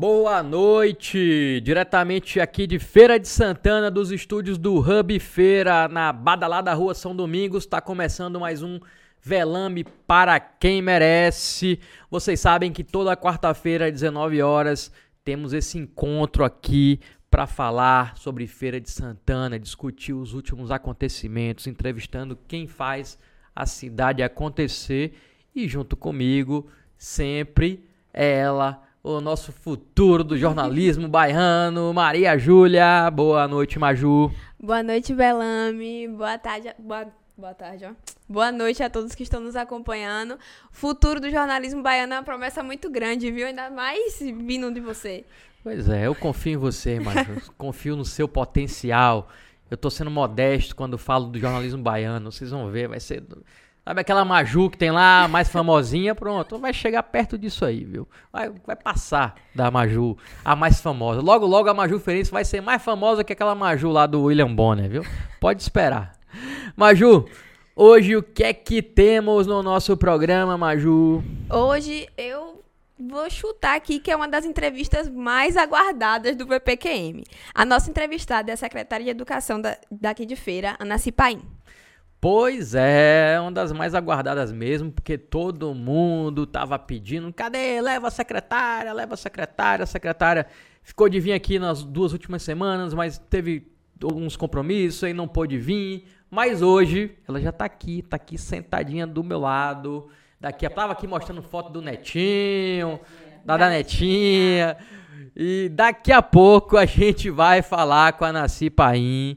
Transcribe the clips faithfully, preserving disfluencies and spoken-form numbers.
Boa noite, diretamente aqui de Feira de Santana, dos estúdios do Hub Feira, na badalada Rua São Domingos, está começando mais um Velame para quem merece. Vocês sabem que toda quarta-feira às dezenove horas temos esse encontro aqui para falar sobre Feira de Santana, discutir os últimos acontecimentos, entrevistando quem faz a cidade acontecer e junto comigo sempre é ela, o nosso futuro do jornalismo baiano, Maria Júlia. Boa noite, Maju. Boa noite, Velame. Boa tarde. Boa, boa tarde, ó. Boa noite a todos que estão nos acompanhando. O futuro do jornalismo baiano é uma promessa muito grande, viu? Ainda mais vindo de você. Pois é, eu confio em você, Maju. Confio no seu potencial. Eu tô sendo modesto quando falo do jornalismo baiano. Vocês vão ver, vai ser... Sabe aquela Maju que tem lá, mais famosinha? Pronto, vai chegar perto disso aí, viu? Vai, vai passar da Maju, a mais famosa. Logo, logo a Maju Feliz vai ser mais famosa que aquela Maju lá do William Bonner, viu? Pode esperar. Maju, hoje o que é que temos no nosso programa, Maju? Hoje eu vou chutar aqui que é uma das entrevistas mais aguardadas do V P Q M. A nossa entrevistada é a secretária de Educação da, daqui de Feira, Anacy Paim. Pois é, uma das mais aguardadas mesmo, porque todo mundo tava pedindo, cadê? Leva a secretária, leva a secretária, a secretária ficou de vir aqui nas duas últimas semanas, mas teve alguns compromissos e não pôde vir, mas hoje ela já tá aqui, tá aqui sentadinha do meu lado, daqui, eu tava aqui mostrando foto do Netinho, da, da Netinha, e daqui a pouco a gente vai falar com a Anacy Paim.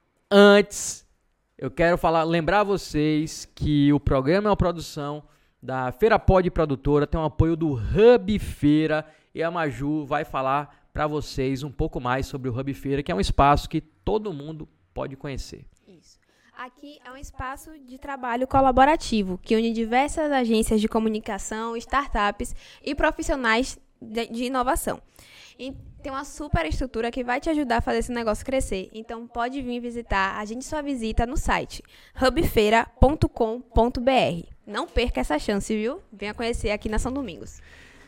Antes... Eu quero falar, lembrar vocês que o programa é uma produção da Feira Pod Produtora, tem um apoio do Hub Feira e a Maju vai falar para vocês um pouco mais sobre o Hub Feira, que é um espaço que todo mundo pode conhecer. Isso. Aqui é um espaço de trabalho colaborativo que une diversas agências de comunicação, startups e profissionais de, de inovação. E tem uma super estrutura que vai te ajudar a fazer esse negócio crescer. Então, pode vir visitar. Agende sua visita no site hub feira ponto com ponto b r. Não perca essa chance, viu? Venha conhecer aqui na São Domingos.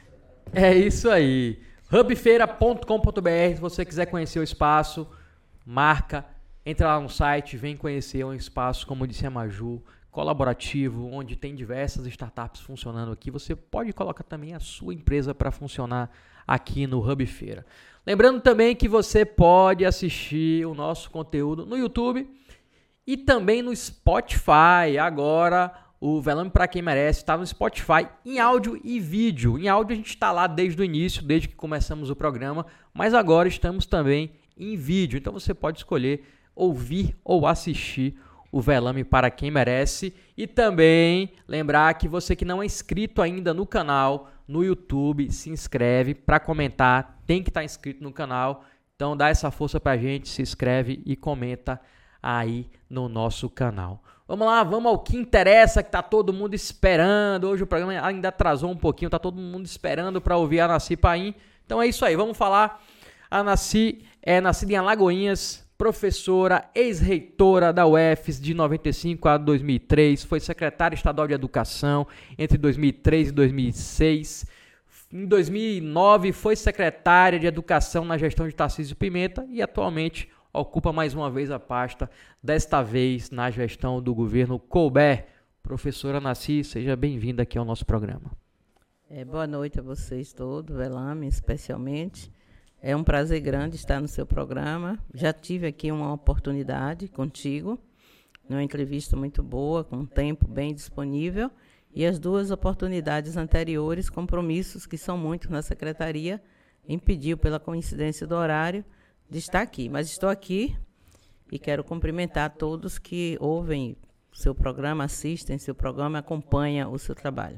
É isso aí. hub feira ponto com ponto b r. Se você quiser conhecer o espaço, marca, entra lá no site, vem conhecer um espaço, como disse a Maju, colaborativo, onde tem diversas startups funcionando aqui. Você pode colocar também a sua empresa para funcionar aqui no Hub Feira. Lembrando também que você pode assistir o nosso conteúdo no YouTube e também no Spotify. Agora o Velame para quem merece está no Spotify em áudio e vídeo. Em áudio a gente está lá desde o início, desde que começamos o programa, mas agora estamos também em vídeo. Então você pode escolher ouvir ou assistir o Velame para quem merece. E também lembrar que você que não é inscrito ainda no canal, no YouTube, se inscreve para comentar, tem que estar inscrito no canal, então dá essa força pra gente, se inscreve e comenta aí no nosso canal. Vamos lá, vamos ao que interessa, que tá todo mundo esperando. Hoje o programa ainda atrasou um pouquinho, tá todo mundo esperando para ouvir a Anacy Paim. Então é isso aí, vamos falar. A Anacy é nascida em Alagoinhas, professora, ex-reitora da U F S de noventa e cinco a dois mil e três, foi secretária estadual de educação entre dois mil e três e dois mil e seis. Em dois mil e nove foi secretária de educação na gestão de Tarcísio Pimenta e atualmente ocupa mais uma vez a pasta, desta vez na gestão do governo Colbert. Professora Anacy, seja bem-vinda aqui ao nosso programa. É, boa noite a vocês todos, Velame especialmente. É um prazer grande estar no seu programa. Já tive aqui uma oportunidade contigo, uma entrevista muito boa, com um tempo bem disponível, e as duas oportunidades anteriores, compromissos que são muitos na secretaria, impediu, pela coincidência do horário, de estar aqui. Mas estou aqui e quero cumprimentar todos que ouvem o seu programa, assistem seu programa e acompanham o seu trabalho.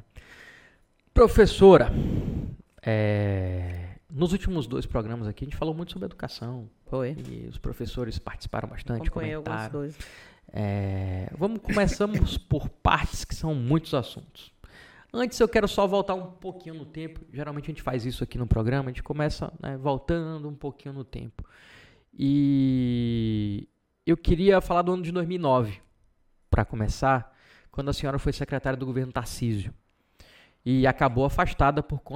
Professora, é... nos últimos dois programas aqui, a gente falou muito sobre educação. Foi. E os professores participaram bastante, Acompanhei algumas comentaram. coisas. É, vamos, começamos por partes, que são muitos assuntos. Antes eu quero só voltar um pouquinho no tempo. Geralmente a gente faz isso aqui no programa, a gente começa, né, voltando um pouquinho no tempo. E eu queria falar do ano de dois mil e nove, para começar, quando a senhora foi secretária do governo Tarcísio. E acabou afastada por conta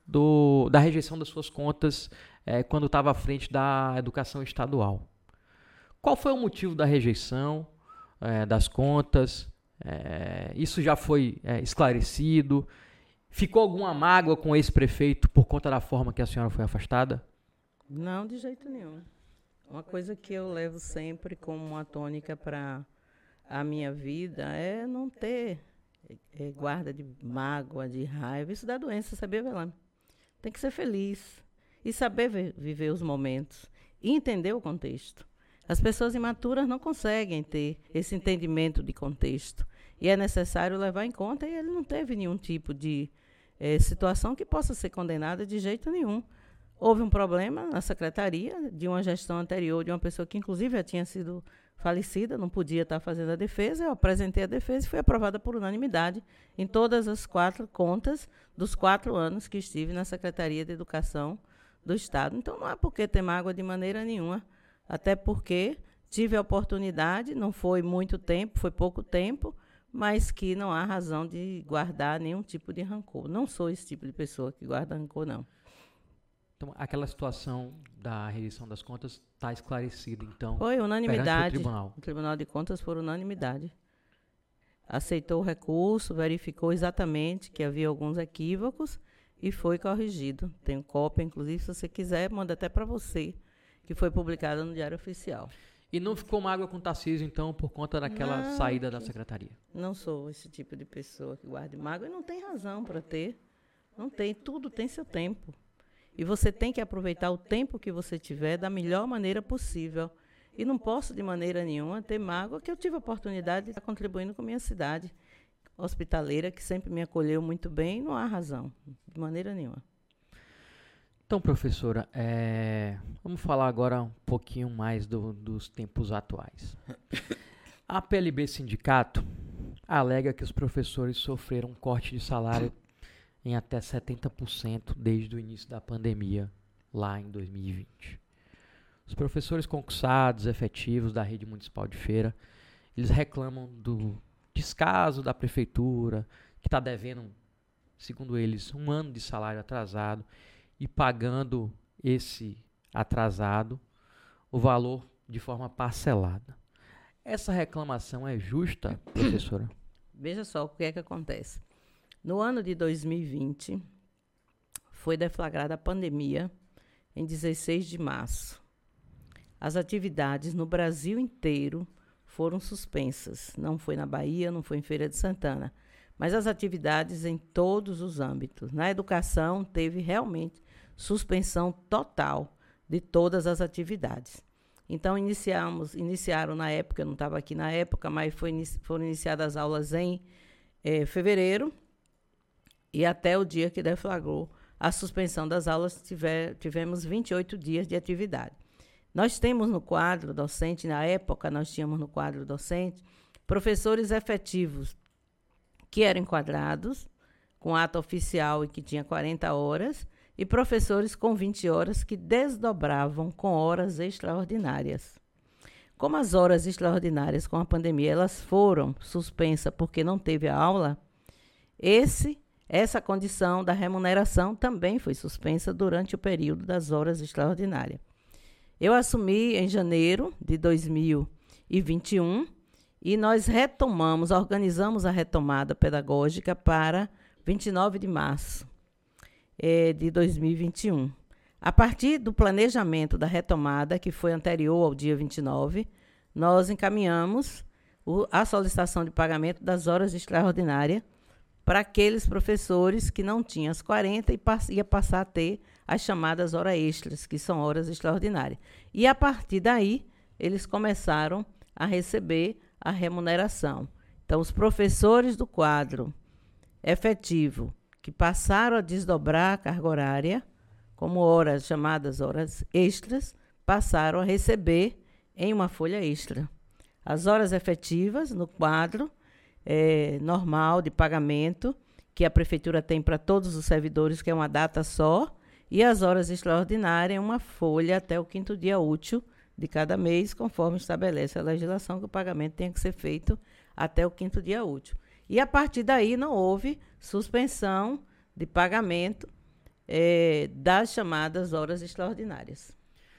do, da rejeição das suas contas é, quando estava à frente da educação estadual. Qual foi o motivo da rejeição é, das contas? É, isso já foi é, esclarecido? Ficou alguma mágoa com esse prefeito por conta da forma que a senhora foi afastada? Não, de jeito nenhum. Uma coisa que eu levo sempre como uma tônica para a minha vida é não ter é, guarda de mágoa, de raiva. Isso dá doença, sabia, Velame? Tem que ser feliz e saber vi- viver os momentos e entender o contexto. As pessoas imaturas não conseguem ter esse entendimento de contexto. E é necessário levar em conta, e ele não teve nenhum tipo de eh, situação que possa ser condenada de jeito nenhum. Houve um problema na secretaria de uma gestão anterior, de uma pessoa que, inclusive, já tinha sido falecida, não podia estar fazendo a defesa. Eu apresentei a defesa e foi aprovada por unanimidade em todas as quatro contas dos quatro anos que estive na Secretaria de Educação do Estado. Então, não há por que ter mágoa de maneira nenhuma. Até porque tive a oportunidade, não foi muito tempo, foi pouco tempo, mas que não há razão de guardar nenhum tipo de rancor. Não sou esse tipo de pessoa que guarda rancor, não. Então, aquela situação da rejeição das contas está esclarecida, então, Foi unanimidade. perante o tribunal. O Tribunal de Contas, por unanimidade. Aceitou o recurso, verificou exatamente que havia alguns equívocos e foi corrigido. Tenho cópia, inclusive, se você quiser, manda até para você, que foi publicada no Diário Oficial. E não ficou mágoa com o Tarcísio, então, por conta daquela Não, saída da secretaria? Não sou esse tipo de pessoa que guarda mágoa e não tem razão para ter. Não tem, tudo tem seu tempo. E você tem que aproveitar o tempo que você tiver da melhor maneira possível. E não posso, de maneira nenhuma, ter mágoa, que eu tive a oportunidade de estar contribuindo com a minha cidade hospitaleira, que sempre me acolheu muito bem, e não há razão, de maneira nenhuma. Então, professora, é, vamos falar agora um pouquinho mais do, dos tempos atuais. A P L B Sindicato alega que os professores sofreram um corte de salário em até setenta por cento desde o início da pandemia, lá em dois mil e vinte. Os professores concursados, efetivos da rede municipal de Feira, eles reclamam do descaso da prefeitura, que está devendo, segundo eles, um ano de salário atrasado, e pagando esse atrasado, o valor de forma parcelada. Essa reclamação é justa, professora? Veja só o que é que acontece. No ano de dois mil e vinte, foi deflagrada a pandemia em dezesseis de março. As atividades no Brasil inteiro foram suspensas. Não foi na Bahia, não foi em Feira de Santana, mas as atividades em todos os âmbitos. Na educação, teve realmente suspensão total de todas as atividades. Então, iniciamos, iniciaram na época, eu não estava aqui na época, mas foi, foram iniciadas as aulas em eh, fevereiro, e até o dia que deflagrou a suspensão das aulas, tiver, tivemos vinte e oito dias de atividade. Nós temos no quadro docente, na época nós tínhamos no quadro docente, professores efetivos que eram enquadrados, com ato oficial e que tinha quarenta horas, e professores com vinte horas que desdobravam com horas extraordinárias. Como as horas extraordinárias com a pandemia elas foram suspensas porque não teve a aula, esse, essa condição da remuneração também foi suspensa durante o período das horas extraordinárias. Eu assumi em janeiro de dois mil e vinte e um e nós retomamos, organizamos a retomada pedagógica para vinte e nove de março. É, de dois mil e vinte e um. A partir do planejamento da retomada, que foi anterior ao dia vinte e nove, nós encaminhamos o, a solicitação de pagamento das horas extraordinárias para aqueles professores que não tinham as quarenta e pass, ia passar a ter as chamadas horas extras, que são horas extraordinárias. E, a partir daí, eles começaram a receber a remuneração. Então, os professores do quadro efetivo que passaram a desdobrar a carga horária, como horas chamadas horas extras, passaram a receber em uma folha extra. As horas efetivas no quadro é, normal de pagamento, que a prefeitura tem para todos os servidores, que é uma data só, e as horas extraordinárias, uma folha até o quinto dia útil de cada mês, conforme estabelece a legislação, que o pagamento tem que ser feito até o quinto dia útil. E, a partir daí, não houve suspensão de pagamento é, das chamadas horas extraordinárias.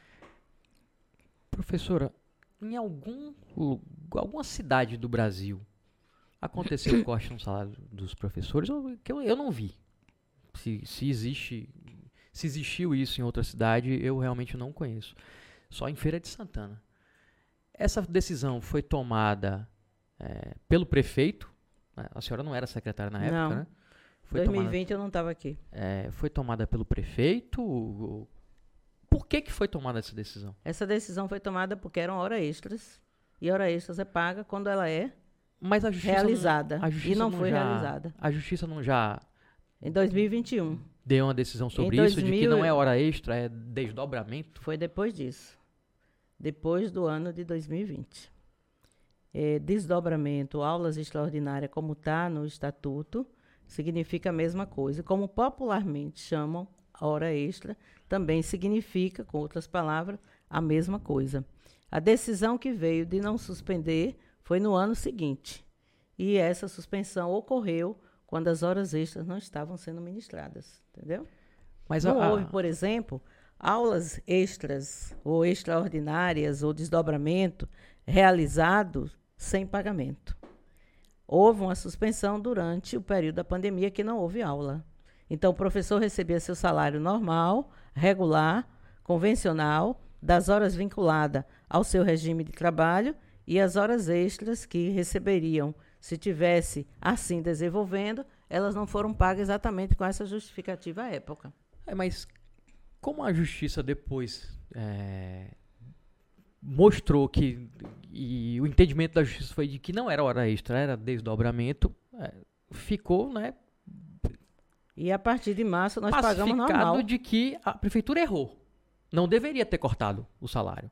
Professora, em algum, alguma cidade do Brasil aconteceu o corte no salário dos professores? Eu, que eu, eu não vi. Se, se, existe, se existiu isso em outra cidade, eu realmente não conheço. Só em Feira de Santana. Essa decisão foi tomada é, pelo prefeito. A senhora não era secretária na época, não. né? Foi Em dois mil e vinte tomada, eu não estava aqui. é, foi tomada pelo prefeito? Por que, que foi tomada essa decisão? Essa decisão foi tomada porque eram horas extras. E hora extras é paga quando ela é Mas a justiça realizada. Não, a justiça e não, não foi já, realizada. A justiça não já Em dois mil e vinte e um. deu uma decisão sobre Em isso, dois mil de que não é hora extra, é desdobramento? Foi depois disso. Depois do ano de dois mil e vinte. É, desdobramento, aulas extraordinárias, como está no estatuto, significa a mesma coisa. Como popularmente chamam hora extra, também significa, com outras palavras, a mesma coisa. A decisão que veio de não suspender foi no ano seguinte. E essa suspensão ocorreu quando as horas extras não estavam sendo ministradas. Entendeu? Mas não a, houve, por exemplo, aulas extras ou extraordinárias ou desdobramento realizados sem pagamento. Houve uma suspensão durante o período da pandemia que não houve aula. Então, o professor recebia seu salário normal, regular, convencional, das horas vinculadas ao seu regime de trabalho e as horas extras que receberiam, se tivesse assim desenvolvendo, elas não foram pagas exatamente com essa justificativa à época. É, mas como a justiça depois é, mostrou que, e o entendimento da justiça foi de que não era hora extra, era desdobramento, é, ficou, né, e a partir de março nós pagamos normal. Pacificado de que a prefeitura errou. Não deveria ter cortado o salário.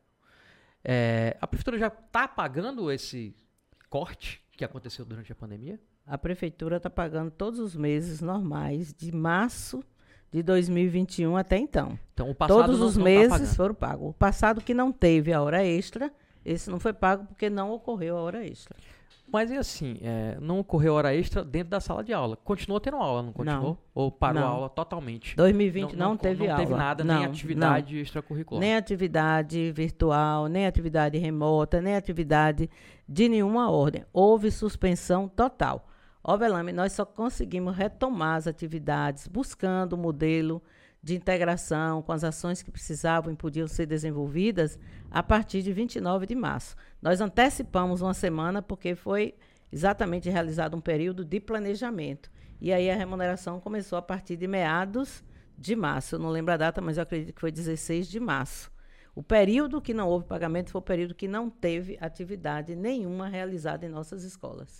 É, a prefeitura já está pagando esse corte que aconteceu durante a pandemia? A prefeitura está pagando todos os meses normais de março de dois mil e vinte e um até então. Então o passado todos não, os não meses tá foram pagos. O passado que não teve a hora extra, esse não foi pago porque não ocorreu a hora extra. Mas e assim, é, não ocorreu hora extra dentro da sala de aula? Continuou tendo aula, não continuou? Não. Ou parou Não. a aula totalmente? dois mil e vinte não, não, não teve não aula. Não teve nada, não, nem atividade não. extracurricular. Nem atividade virtual, nem atividade remota, nem atividade de nenhuma ordem. Houve suspensão total. Ó, Velame, nós só conseguimos retomar as atividades buscando o modelo de integração com as ações que precisavam e podiam ser desenvolvidas a partir de vinte e nove de março. Nós antecipamos uma semana porque foi exatamente realizado um período de planejamento. E aí a remuneração começou a partir de meados de março. Eu não lembro a data, mas eu acredito que foi dezesseis de março. O período que não houve pagamento foi o período que não teve atividade nenhuma realizada em nossas escolas.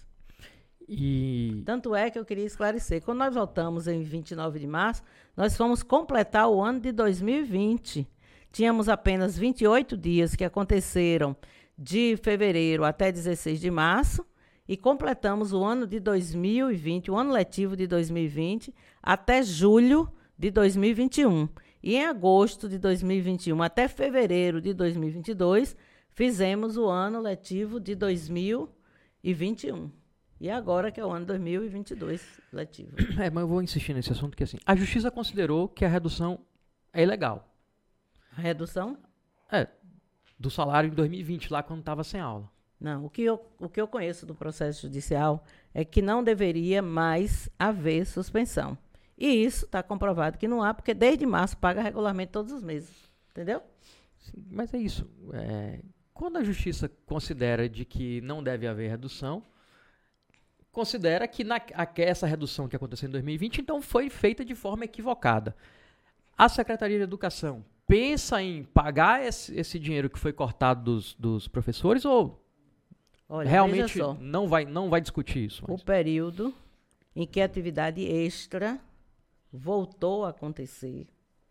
E... Tanto é que eu queria esclarecer. Quando nós voltamos em vinte e nove de março, nós fomos completar o ano de dois mil e vinte. Tínhamos apenas vinte e oito dias que aconteceram de fevereiro até dezesseis de março e completamos o ano de dois mil e vinte, o ano letivo de dois mil e vinte, até julho de dois mil e vinte e um. E em agosto de dois mil e vinte e um até fevereiro de dois mil e vinte e dois, fizemos o ano letivo de dois mil e vinte e um. E agora que é o ano dois mil e vinte e dois letivo. É, mas eu vou insistir nesse assunto que assim, a justiça considerou que a redução é ilegal. A redução? É, do salário em dois mil e vinte, lá quando estava sem aula. Não, o que, eu, o que eu conheço do processo judicial é que não deveria mais haver suspensão. E isso está comprovado que não há, porque desde março paga regularmente todos os meses. Entendeu? Sim, mas é isso. É, quando a justiça considera de que não deve haver redução, considera que na, a, essa redução que aconteceu em dois mil e vinte, então, foi feita de forma equivocada. A Secretaria de Educação pensa em pagar esse, esse dinheiro que foi cortado dos, dos professores ou Olha, realmente não vai, não vai discutir isso? Mas o período em que a atividade extra voltou a acontecer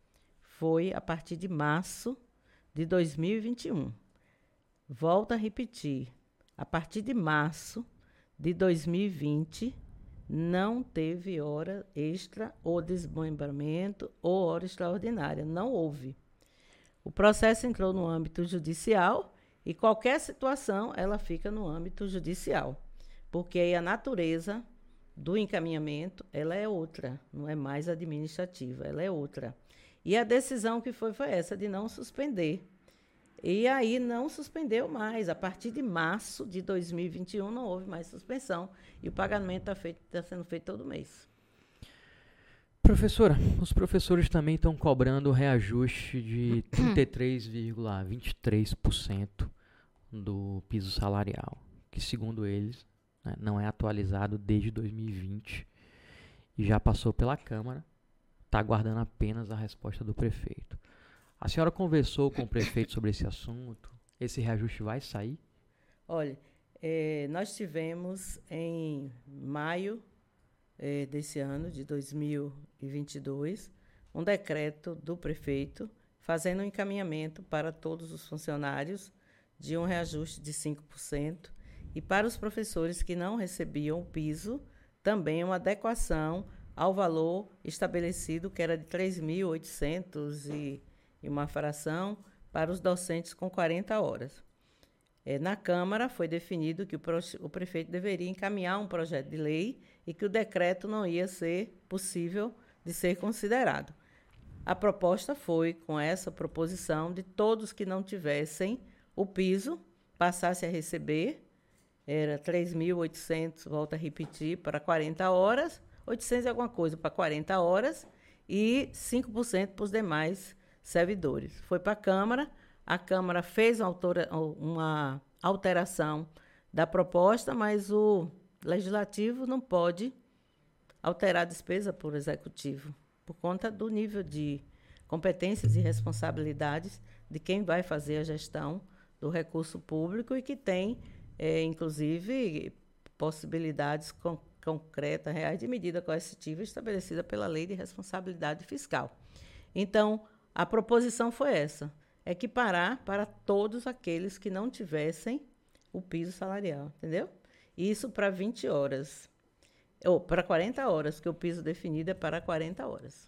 foi a partir de março de dois mil e vinte e um. Volto a repetir, a partir de março de dois mil e vinte, não teve hora extra ou desmembramento ou hora extraordinária. Não houve. O processo entrou no âmbito judicial e qualquer situação, ela fica no âmbito judicial. Porque aí a natureza do encaminhamento, ela é outra, não é mais administrativa, ela é outra. E a decisão que foi foi essa, de não suspender. E aí não suspendeu mais. A partir de março de dois mil e vinte e um não houve mais suspensão. E o pagamento está tá sendo feito todo mês. Professora, os professores também estão cobrando reajuste de trinta e três vírgula vinte e três por cento do piso salarial, que segundo eles, né, não é atualizado desde dois mil e vinte e já passou pela Câmara, está aguardando apenas a resposta do prefeito. A senhora conversou com o prefeito sobre esse assunto? Esse reajuste vai sair? Olha, eh, nós tivemos em maio eh, desse ano, de dois mil e vinte e dois, um decreto do prefeito fazendo um encaminhamento para todos os funcionários de um reajuste de cinco por cento e para os professores que não recebiam o piso, também uma adequação ao valor estabelecido, que era de três mil e oitocentos e e uma fração para os docentes com quarenta horas. É, na Câmara foi definido que o, pro, o prefeito deveria encaminhar um projeto de lei e que o decreto não ia ser possível de ser considerado. A proposta foi, com essa proposição, de todos que não tivessem o piso, passassem a receber, era três mil e oitocentos, volto a repetir, para quarenta horas, oitocentos e alguma coisa para quarenta horas e cinco por cento para os demais servidores. Foi para a Câmara, a Câmara fez uma, autora, uma alteração da proposta, mas o Legislativo não pode alterar a despesa por Executivo, por conta do nível de competências e responsabilidades de quem vai fazer a gestão do recurso público e que tem, é, inclusive, possibilidades con- concretas, reais, de medida coercitiva estabelecida pela Lei de Responsabilidade Fiscal. Então, a proposição foi essa, equiparar para todos aqueles que não tivessem o piso salarial, entendeu? Isso para vinte horas, ou para quarenta horas, que o piso definido é para quarenta horas.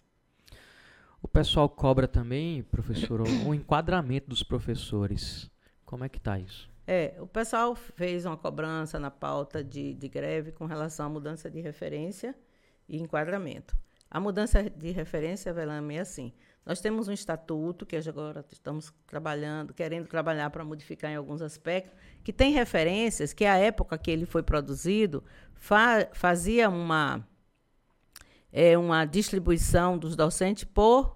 O pessoal cobra também, professor, o enquadramento dos professores. Como é que está isso? É, o pessoal fez uma cobrança na pauta de, de greve com relação à mudança de referência e enquadramento. A mudança de referência, Velame, é assim. Nós temos um estatuto, que agora estamos trabalhando, querendo trabalhar para modificar em alguns aspectos, que tem referências que, à época que ele foi produzido, fa- fazia uma, é, uma distribuição dos docentes por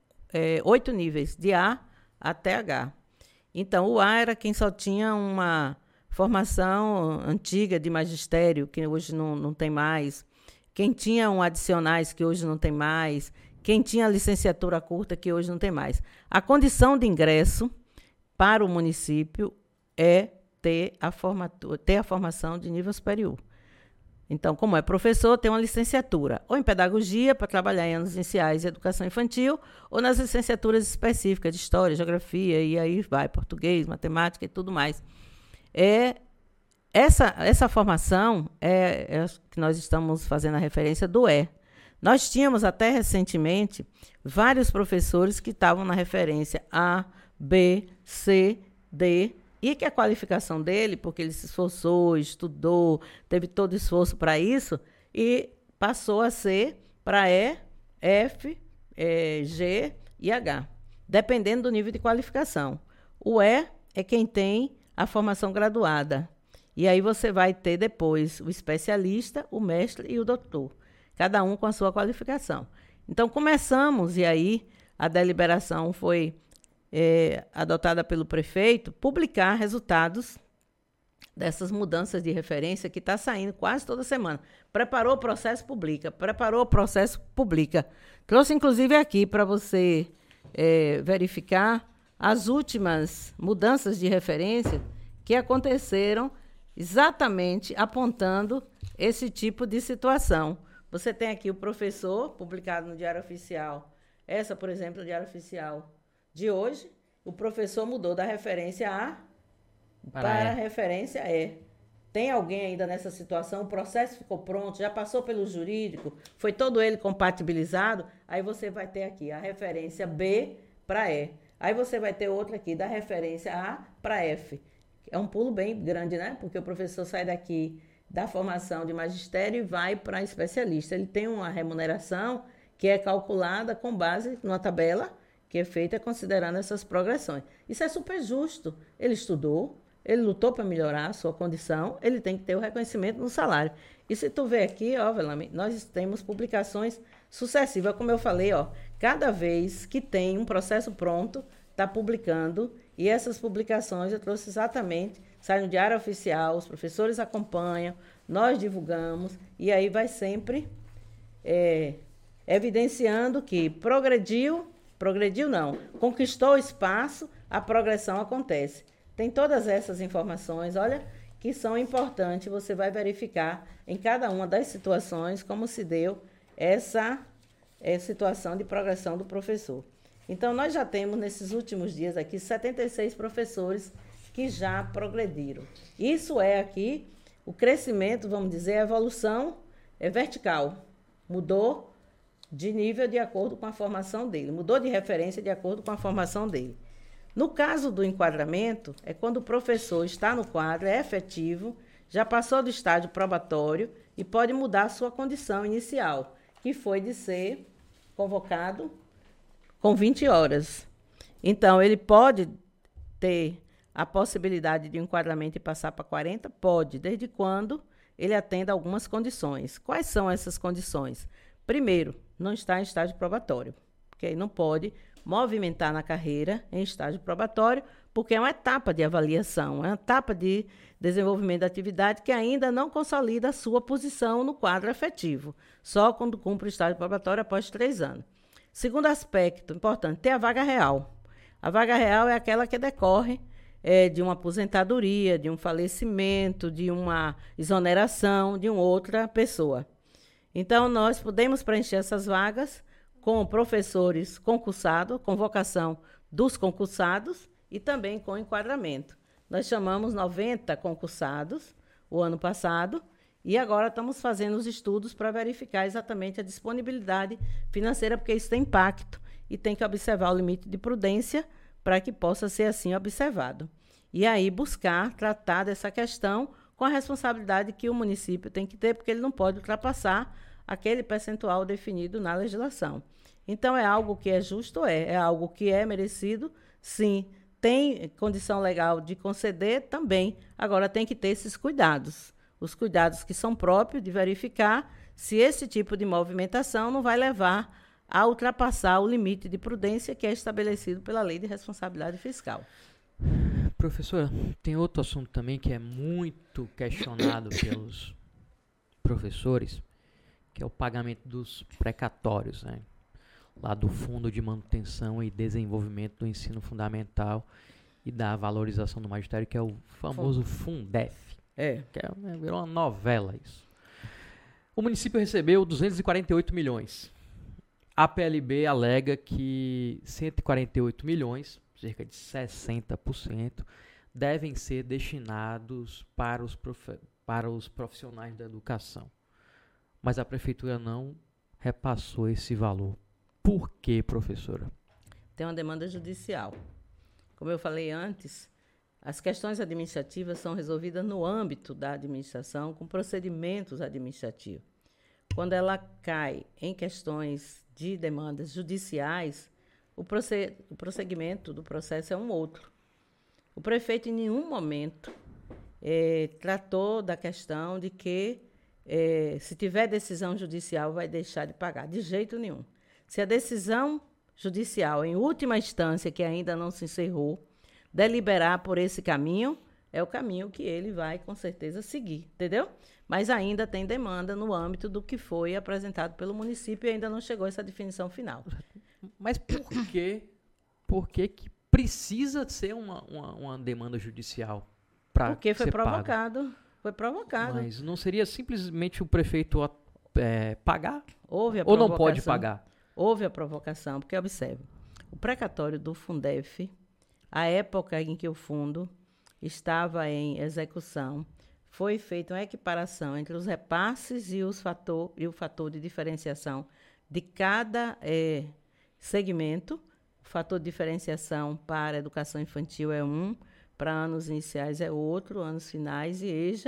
é, oito níveis, de A até H. Então, o A era quem só tinha uma formação antiga de magistério, que hoje não, não tem mais, quem tinha um adicionais, que hoje não tem mais, quem tinha licenciatura curta, que hoje não tem mais. A condição de ingresso para o município é ter a, formatura, ter a formação de nível superior. Então, como é professor, tem uma licenciatura, ou em pedagogia, para trabalhar em anos iniciais e educação infantil, ou nas licenciaturas específicas de história, geografia, e aí vai, português, matemática e tudo mais. É, essa, essa formação é, é que nós estamos fazendo a referência do E. Nós tínhamos até recentemente vários professores que estavam na referência A, B, C, D, e que a qualificação dele, porque ele se esforçou, estudou, teve todo o esforço para isso, e passou a ser para E, F, é, G e H, dependendo do nível de qualificação. O E é quem tem a formação graduada. E aí você vai ter depois o especialista, o mestre e o doutor, cada um com a sua qualificação. Então, começamos, e aí a deliberação foi é, adotada pelo prefeito, publicar resultados dessas mudanças de referência que está saindo quase toda semana. Preparou o processo, publica. Preparou o processo, publica. Trouxe, inclusive, aqui para você é, verificar as últimas mudanças de referência que aconteceram exatamente apontando esse tipo de situação. Você tem aqui o professor, publicado no Diário Oficial. Essa, por exemplo, é o Diário Oficial de hoje. O professor mudou da referência A para, para a referência E. Tem alguém ainda nessa situação? O processo ficou pronto, já passou pelo jurídico, foi todo ele compatibilizado. Aí você vai ter aqui a referência B para E. Aí você vai ter outra aqui, da referência A para F. É um pulo bem grande, né? Porque o professor sai daqui da formação de magistério e vai para especialista. Ele tem uma remuneração que é calculada com base numa tabela que é feita considerando essas progressões. Isso é super justo. Ele estudou, ele lutou para melhorar a sua condição, ele tem que ter o reconhecimento no salário. E se tu vê aqui, ó, Velame, nós temos publicações sucessivas, como eu falei, ó, cada vez que tem um processo pronto, está publicando, e essas publicações eu trouxe exatamente, sai no Diário Oficial, os professores acompanham, nós divulgamos, e aí vai sempre é, evidenciando que progrediu, progrediu não, conquistou o espaço, a progressão acontece. Tem todas essas informações, olha, que são importantes, você vai verificar em cada uma das situações como se deu essa é, situação de progressão do professor. Então, nós já temos, nesses últimos dias aqui, setenta e seis professores que já progrediram. Isso é aqui, o crescimento, vamos dizer, a evolução é vertical. Mudou de nível de acordo com a formação dele, mudou de referência de acordo com a formação dele. No caso do enquadramento, é quando o professor está no quadro, é efetivo, já passou do estágio probatório e pode mudar a sua condição inicial, que foi de ser convocado com vinte horas. Então, ele pode ter a possibilidade de um enquadramento e passar para quarenta? Pode, desde quando ele atenda algumas condições. Quais são essas condições? Primeiro, não está em estágio probatório, porque aí não pode movimentar na carreira em estágio probatório, porque é uma etapa de avaliação, é uma etapa de desenvolvimento da atividade que ainda não consolida a sua posição no quadro efetivo, só quando cumpre o estágio probatório após três anos. Segundo aspecto importante, ter a vaga real. A vaga real é aquela que decorre é, de uma aposentadoria, de um falecimento, de uma exoneração de uma outra pessoa. Então, nós podemos preencher essas vagas com professores concursados, convocação dos concursados e também com enquadramento. Nós chamamos noventa concursados o ano passado e agora estamos fazendo os estudos para verificar exatamente a disponibilidade financeira, porque isso tem impacto e tem que observar o limite de prudência para que possa ser assim observado. E aí buscar tratar dessa questão com a responsabilidade que o município tem que ter, porque ele não pode ultrapassar aquele percentual definido na legislação. Então, é algo que é justo? É. É algo que é merecido? Sim. Tem condição legal de conceder? Também. Agora, tem que ter esses cuidados. Os cuidados que são próprios de verificar se esse tipo de movimentação não vai levar a ultrapassar o limite de prudência que é estabelecido pela Lei de Responsabilidade Fiscal. Professora, tem outro assunto também que é muito questionado pelos professores, que é o pagamento dos precatórios, né? Lá do Fundo de Manutenção e Desenvolvimento do Ensino Fundamental e da Valorização do Magistério, que é o famoso Fundef. É. Que é, virou uma novela isso. O município recebeu duzentos e quarenta e oito milhões. A P L B alega que cento e quarenta e oito milhões, cerca de sessenta por cento, devem ser destinados para os, profe- para os profissionais da educação. Mas a prefeitura não repassou esse valor. Por quê, professora? Tem uma demanda judicial. Como eu falei antes, as questões administrativas são resolvidas no âmbito da administração, com procedimentos administrativos. Quando ela cai em questões de demandas judiciais, o, proced- o prosseguimento do processo é um outro. O prefeito, em nenhum momento, eh, tratou da questão de que, eh, se tiver decisão judicial, vai deixar de pagar. De jeito nenhum. Se a decisão judicial, em última instância, que ainda não se encerrou, deliberar por esse caminho, é o caminho que ele vai, com certeza, seguir, entendeu? Mas ainda tem demanda no âmbito do que foi apresentado pelo município e ainda não chegou essa definição final. Mas por que, por que, que precisa ser uma, uma, uma demanda judicial para Porque foi ser provocado. pago? Foi provocado. Mas não seria simplesmente o prefeito é, pagar? Houve a Ou não provocação. pode pagar? Houve a provocação, porque, observe, o precatório do Fundef, a época em que o fundo estava em execução, foi feita uma equiparação entre os repasses e, os fator, e o fator de diferenciação de cada é, segmento. O fator de diferenciação para a educação infantil é um, para anos iniciais é outro, anos finais e EJA,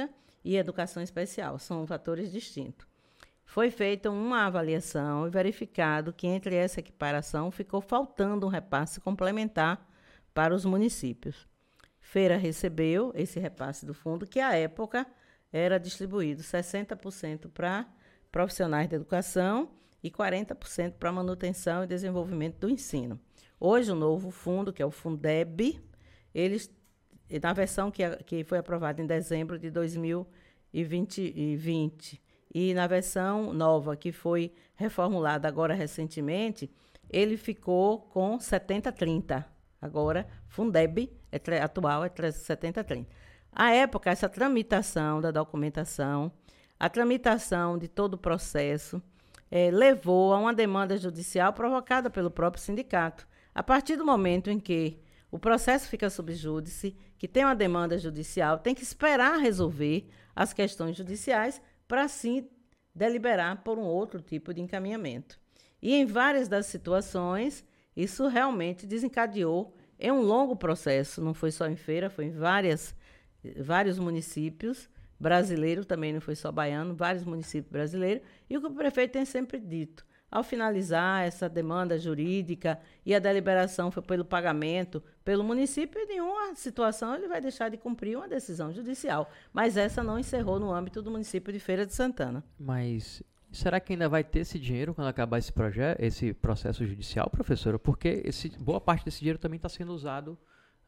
e educação especial. São fatores distintos. Foi feita uma avaliação e verificado que entre essa equiparação ficou faltando um repasse complementar para os municípios. Feira recebeu esse repasse do fundo, que à época era distribuído sessenta por cento para profissionais da educação e quarenta por cento para manutenção e desenvolvimento do ensino. Hoje, o novo fundo, que é o Fundeb, eles, na versão que, que foi aprovada em dezembro de dois mil e vinte, e na versão nova, que foi reformulada agora recentemente, ele ficou com setenta a trinta. Agora, Fundeb é, atual é setenta a trinta. À época, essa tramitação da documentação, a tramitação de todo o processo, eh, levou a uma demanda judicial provocada pelo próprio sindicato. A partir do momento em que o processo fica sob júdice, que tem uma demanda judicial, tem que esperar resolver as questões judiciais para, sim, deliberar por um outro tipo de encaminhamento. E, em várias das situações, isso realmente desencadeou em um longo processo, não foi só em Feira, foi em várias, vários municípios brasileiros, também não foi só baiano, vários municípios brasileiros, e o que o prefeito tem sempre dito, ao finalizar essa demanda jurídica e a deliberação foi pelo pagamento pelo município, em nenhuma situação ele vai deixar de cumprir uma decisão judicial. Mas essa não encerrou no âmbito do município de Feira de Santana. Mas será que ainda vai ter esse dinheiro quando acabar esse projeto, esse processo judicial, professora? Porque esse, boa parte desse dinheiro também está sendo usado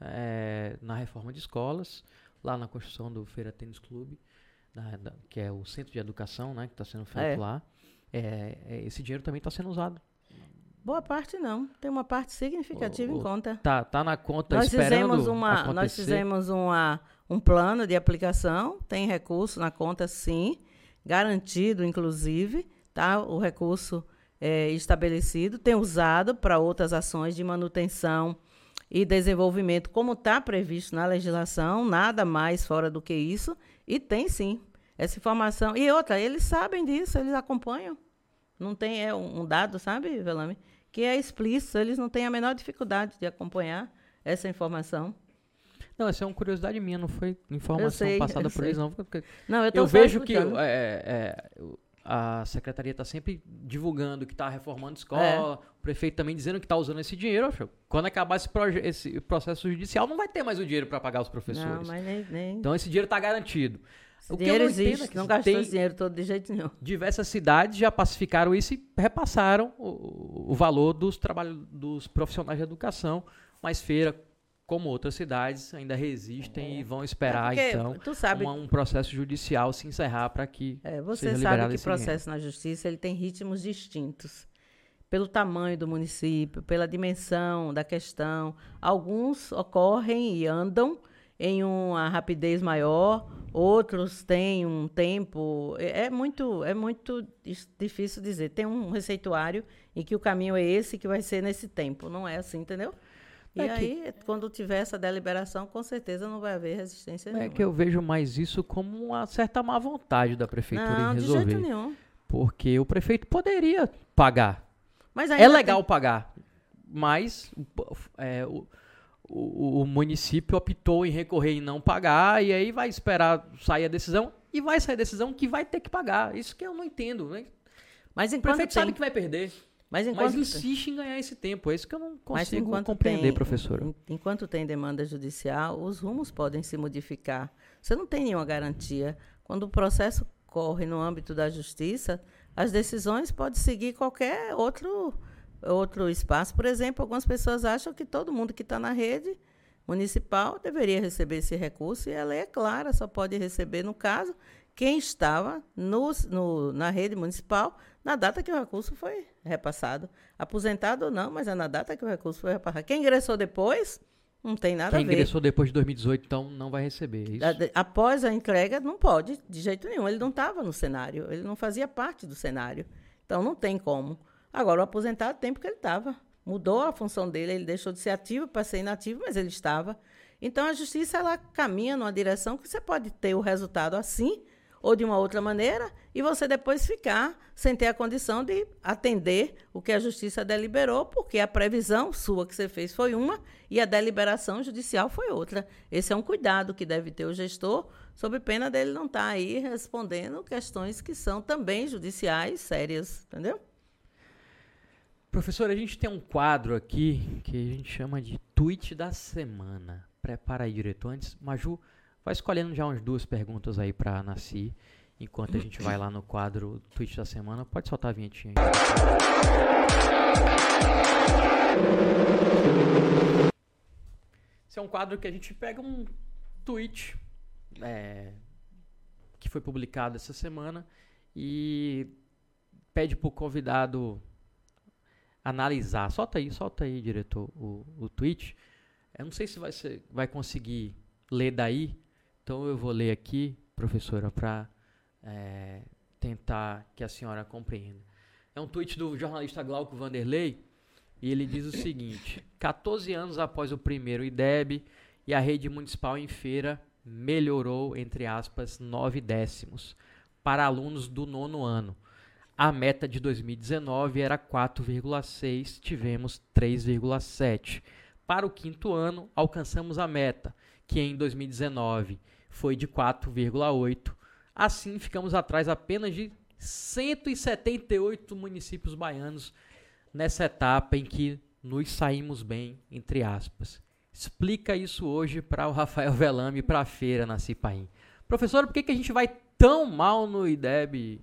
é, na reforma de escolas, lá na construção do Feira Tênis Clube, na, da, que é o centro de educação, né, que está sendo feito é. lá. É, é, esse dinheiro também está sendo usado. Boa parte não, tem uma parte significativa o, em conta. Tá, tá na conta nós esperando fizemos uma, acontecer. Nós fizemos uma, um plano de aplicação, tem recurso na conta sim, garantido inclusive, tá? O recurso é, estabelecido, tem usado para outras ações de manutenção e desenvolvimento, como está previsto na legislação, nada mais fora do que isso, e tem sim essa informação. E outra, eles sabem disso, eles acompanham. Não tem é, um dado, sabe, Velame, que é explícito, eles não têm a menor dificuldade de acompanhar essa informação. Não, essa é uma curiosidade minha, não foi informação sei, passada por eles, não. Não, eu, eu vejo que é, é, a secretaria está sempre divulgando que está reformando escola, é. o prefeito também dizendo que está usando esse dinheiro. Quando acabar esse, esse processo judicial, não vai ter mais o dinheiro para pagar os professores. Não, mas nem, nem... Então, esse dinheiro está garantido. O dinheiro existe, é que não gastou esse dinheiro todo de jeito nenhum. Diversas cidades já pacificaram isso e repassaram o, o valor dos, trabalho, dos profissionais de educação, mas Feira, como outras cidades, ainda resistem é. e vão esperar, é então, tu sabe, uma, um processo judicial se encerrar para que é, você seja sabe que o dinheiro. processo na justiça ele tem ritmos distintos. Pelo tamanho do município, pela dimensão da questão. Alguns ocorrem e andam em uma rapidez maior, outros têm um tempo. É muito, é muito difícil dizer. Tem um receituário em que o caminho é esse, que vai ser nesse tempo. Não é assim, entendeu? E é aí, que, quando tiver essa deliberação, com certeza não vai haver resistência nenhuma. É que eu vejo mais isso como uma certa má vontade da prefeitura não, em resolver. De jeito nenhum. Porque o prefeito poderia pagar. Mas é legal tem... pagar, mas é, o, o, o município optou em recorrer e não pagar, e aí vai esperar sair a decisão, e vai sair a decisão que vai ter que pagar. Isso que eu não entendo, né? Mas o prefeito tem... sabe que vai perder, mas, mas insiste tem... em ganhar esse tempo. É isso que eu não consigo mas compreender, tem, professora. Enquanto tem demanda judicial, os rumos podem se modificar. Você não tem nenhuma garantia. Quando o processo corre no âmbito da justiça, as decisões podem seguir qualquer outro, outro espaço. Por exemplo, algumas pessoas acham que todo mundo que está na rede municipal deveria receber esse recurso, e a lei é clara, só pode receber, no caso, quem estava no, no, na rede municipal na data que o recurso foi repassado. Aposentado ou não, mas é na data que o recurso foi repassado. Quem ingressou depois, não tem nada Quem a ver. Quem ingressou depois de dois mil e dezoito, então, não vai receber, é isso? Após a entrega, não pode, de jeito nenhum. Ele não estava no cenário, ele não fazia parte do cenário. Então, não tem como. Agora, o aposentado tem porque ele estava. Mudou a função dele, ele deixou de ser ativo para ser inativo, mas ele estava. Então, a justiça ela caminha numa direção que você pode ter o resultado assim, ou de uma outra maneira, e você depois ficar sem ter a condição de atender o que a Justiça deliberou, porque a previsão sua que você fez foi uma e a deliberação judicial foi outra. Esse é um cuidado que deve ter o gestor, sob pena dele não estar aí respondendo questões que são também judiciais sérias, entendeu? Professor, a gente tem um quadro aqui que a gente chama de Tweet da Semana. Prepara aí, diretor. Antes, Maju, vai escolhendo já umas duas perguntas aí para a Naci, enquanto a gente vai lá no quadro Tweet da Semana. Pode soltar a vinhetinha aí. Esse é um quadro que a gente pega um tweet é, que foi publicado essa semana e pede para o convidado analisar. Solta aí, solta aí, diretor, o, o tweet. Eu não sei se vai, ser, vai conseguir ler daí, então eu vou ler aqui, professora, para é, tentar que a senhora compreenda. É um tweet do jornalista Glauco Vanderlei, e ele diz o seguinte: quatorze anos após o primeiro I D E B, e a rede municipal em Feira melhorou, entre aspas, nove décimos para alunos do nono ano. A meta de dois mil e dezenove era quatro vírgula seis, tivemos três vírgula sete. Para o quinto ano, alcançamos a meta, que em dois mil e dezenove foi de quatro vírgula oito. Assim, ficamos atrás apenas de cento e setenta e oito municípios baianos nessa etapa em que nos saímos bem, entre aspas. Explica isso hoje para o Rafael Velame e para a feira na Cipaim. Professor, por que, que a gente vai tão mal no I D E B?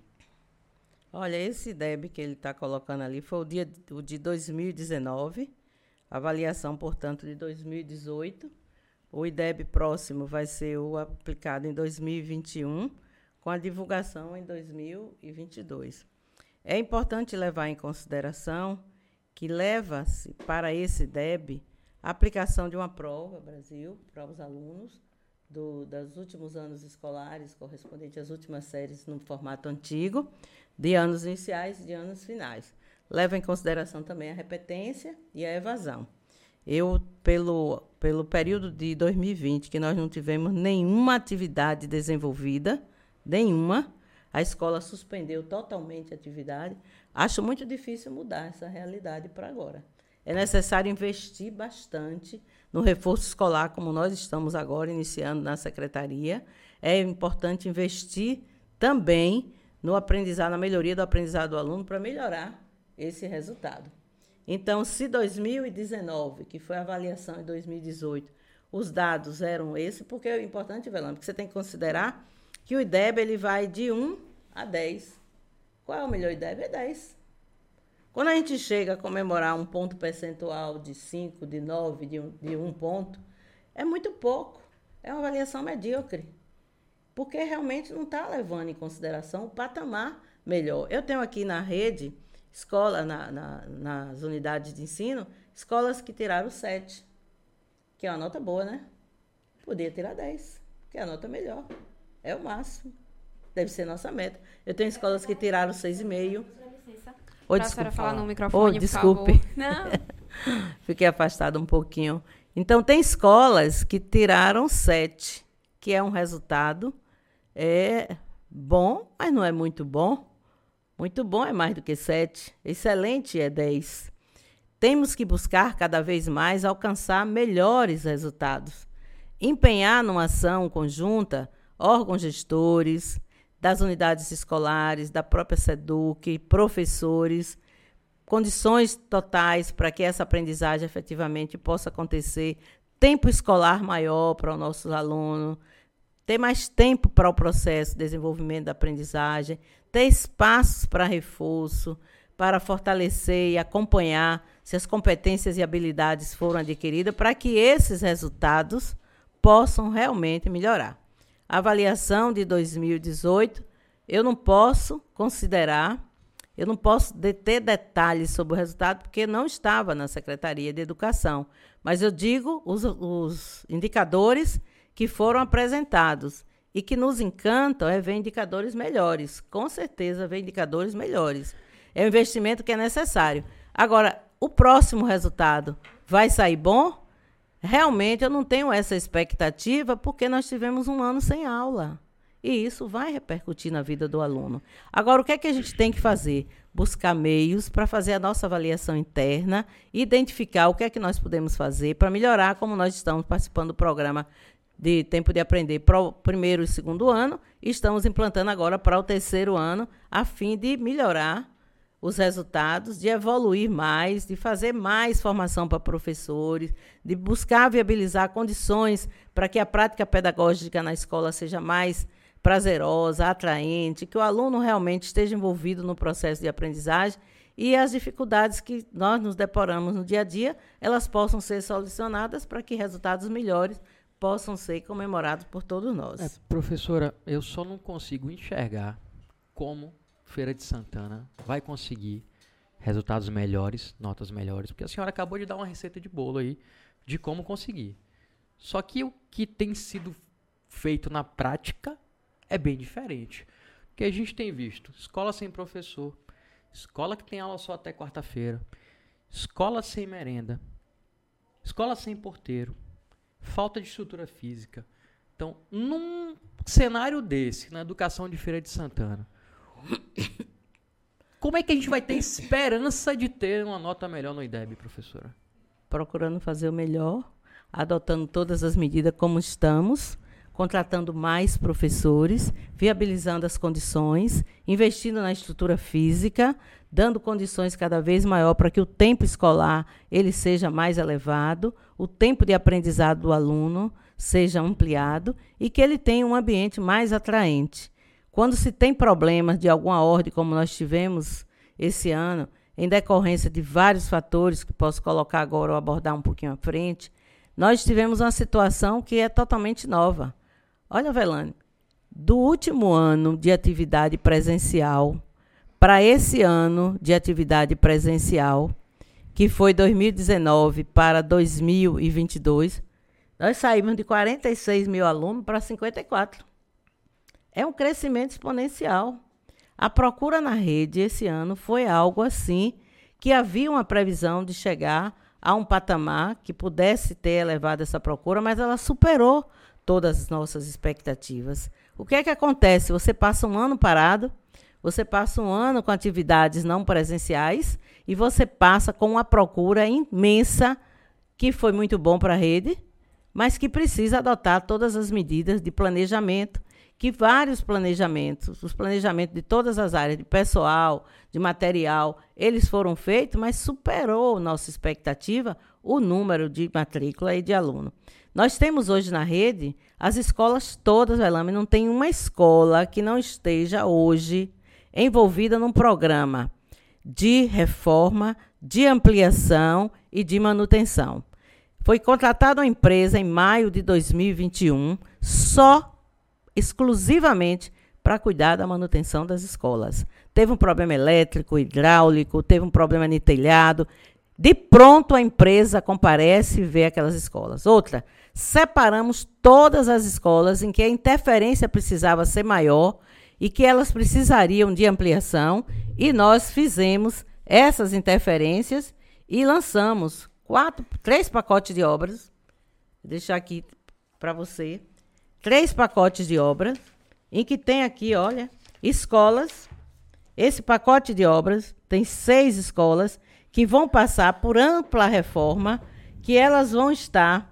Olha, esse I D E B que ele está colocando ali foi o, dia, o de dois mil e dezenove, avaliação, portanto, de dois mil e dezoito. O I D E B próximo vai ser o aplicado em dois mil e vinte e um, com a divulgação em dois mil e vinte e dois. É importante levar em consideração que leva-se para esse I D E B a aplicação de uma prova, Brasil, para os alunos do, dos últimos anos escolares, correspondente às últimas séries no formato antigo, de anos iniciais e de anos finais. Leva em consideração também a repetência e a evasão. Eu, pelo, pelo período de dois mil e vinte, que nós não tivemos nenhuma atividade desenvolvida, nenhuma, a escola suspendeu totalmente a atividade, acho muito difícil mudar essa realidade para agora. É necessário investir bastante no reforço escolar, como nós estamos agora iniciando na secretaria. É importante investir também no aprendizado, na melhoria do aprendizado do aluno, para melhorar esse resultado. Então, se dois mil e dezenove, que foi a avaliação em dois mil e dezoito, os dados eram esses, porque é importante, Velame, porque você tem que considerar que o I D E B ele vai de um a dez. Qual é o melhor I D E B? É dez. Quando a gente chega a comemorar um ponto percentual de cinco, de nove, de um, de um ponto, é muito pouco. É uma avaliação medíocre. Porque realmente não está levando em consideração o patamar melhor. Eu tenho aqui na rede, escola, na, na, nas unidades de ensino, escolas que tiraram sete, que é uma nota boa, né? Podia tirar dez, que é a nota melhor. É o máximo. Deve ser nossa meta. Eu tenho escolas que tiraram seis vírgula cinco. Oi, desculpa. Falar no microfone, oh, desculpe. por favor. Não. Fiquei afastada um pouquinho. Então, tem escolas que tiraram sete, que é um resultado é bom, mas não é muito bom. Muito bom é mais do que sete. Excelente é dez. Temos que buscar cada vez mais alcançar melhores resultados. Empenhar numa ação conjunta, órgãos gestores, das unidades escolares, da própria SEDUC, professores, condições totais para que essa aprendizagem efetivamente possa acontecer, tempo escolar maior para os nossos alunos, ter mais tempo para o processo de desenvolvimento da aprendizagem, ter espaços para reforço, para fortalecer e acompanhar se as competências e habilidades foram adquiridas, para que esses resultados possam realmente melhorar. A avaliação de dois mil e dezoito, eu não posso considerar, eu não posso ter detalhes sobre o resultado, porque não estava na Secretaria de Educação. Mas eu digo os, os indicadores que foram apresentados e que nos encantam é ver indicadores melhores. Com certeza, ver indicadores melhores. É um investimento que é necessário. Agora, o próximo resultado vai sair bom? Realmente, eu não tenho essa expectativa porque nós tivemos um ano sem aula. E isso vai repercutir na vida do aluno. Agora, o que é que a gente tem que fazer? Buscar meios para fazer a nossa avaliação interna, identificar o que é que nós podemos fazer para melhorar, como nós estamos participando do programa de Tempo de Aprender para o primeiro e segundo ano, e estamos implantando agora para o terceiro ano, a fim de melhorar os resultados, de evoluir mais, de fazer mais formação para professores, de buscar viabilizar condições para que a prática pedagógica na escola seja mais prazerosa, atraente, que o aluno realmente esteja envolvido no processo de aprendizagem e as dificuldades que nós nos deparamos no dia a dia, elas possam ser solucionadas para que resultados melhores possam ser comemorados por todos nós. É, professora, eu só não consigo enxergar como Feira de Santana vai conseguir resultados melhores, notas melhores, porque a senhora acabou de dar uma receita de bolo aí de como conseguir. Só que o que tem sido feito na prática é bem diferente. Porque a gente tem visto escola sem professor, escola que tem aula só até quarta-feira, escola sem merenda, escola sem porteiro, falta de estrutura física. Então, num cenário desse, na educação de Feira de Santana, como é que a gente vai ter esperança de ter uma nota melhor no I D E B, professora? Procurando fazer o melhor, adotando todas as medidas como estamos, contratando mais professores, viabilizando as condições, investindo na estrutura física, dando condições cada vez maior para que o tempo escolar ele seja mais elevado, o tempo de aprendizado do aluno seja ampliado e que ele tenha um ambiente mais atraente. Quando se tem problemas de alguma ordem, como nós tivemos esse ano, em decorrência de vários fatores, que posso colocar agora ou abordar um pouquinho à frente, nós tivemos uma situação que é totalmente nova. Olha, Velane, do último ano de atividade presencial para esse ano de atividade presencial, que foi dois mil e dezenove para dois mil e vinte e dois, nós saímos de quarenta e seis mil alunos para cinquenta e quatro. É um crescimento exponencial. A procura na rede esse ano foi algo assim, que havia uma previsão de chegar a um patamar que pudesse ter elevado essa procura, mas ela superou todas as nossas expectativas. O que é que acontece? Você passa um ano parado, você passa um ano com atividades não presenciais e você passa com uma procura imensa, que foi muito bom para a rede, mas que precisa adotar todas as medidas de planejamento, que vários planejamentos, os planejamentos de todas as áreas, de pessoal, de material, eles foram feitos, mas superou nossa expectativa o número de matrícula e de aluno. Nós temos hoje na rede as escolas todas, Velame, não tem uma escola que não esteja hoje envolvida num programa de reforma, de ampliação e de manutenção. Foi contratada uma empresa em maio de dois mil e vinte e um, só exclusivamente para cuidar da manutenção das escolas. Teve um problema elétrico, hidráulico, teve um problema no telhado. De pronto, a empresa comparece e vê aquelas escolas. Outra, separamos todas as escolas em que a interferência precisava ser maior e que elas precisariam de ampliação, e nós fizemos essas interferências e lançamos quatro, três pacotes de obras. Vou deixar aqui para você. Três pacotes de obras, em que tem aqui, olha, escolas. Esse pacote de obras tem seis escolas que vão passar por ampla reforma, que elas vão estar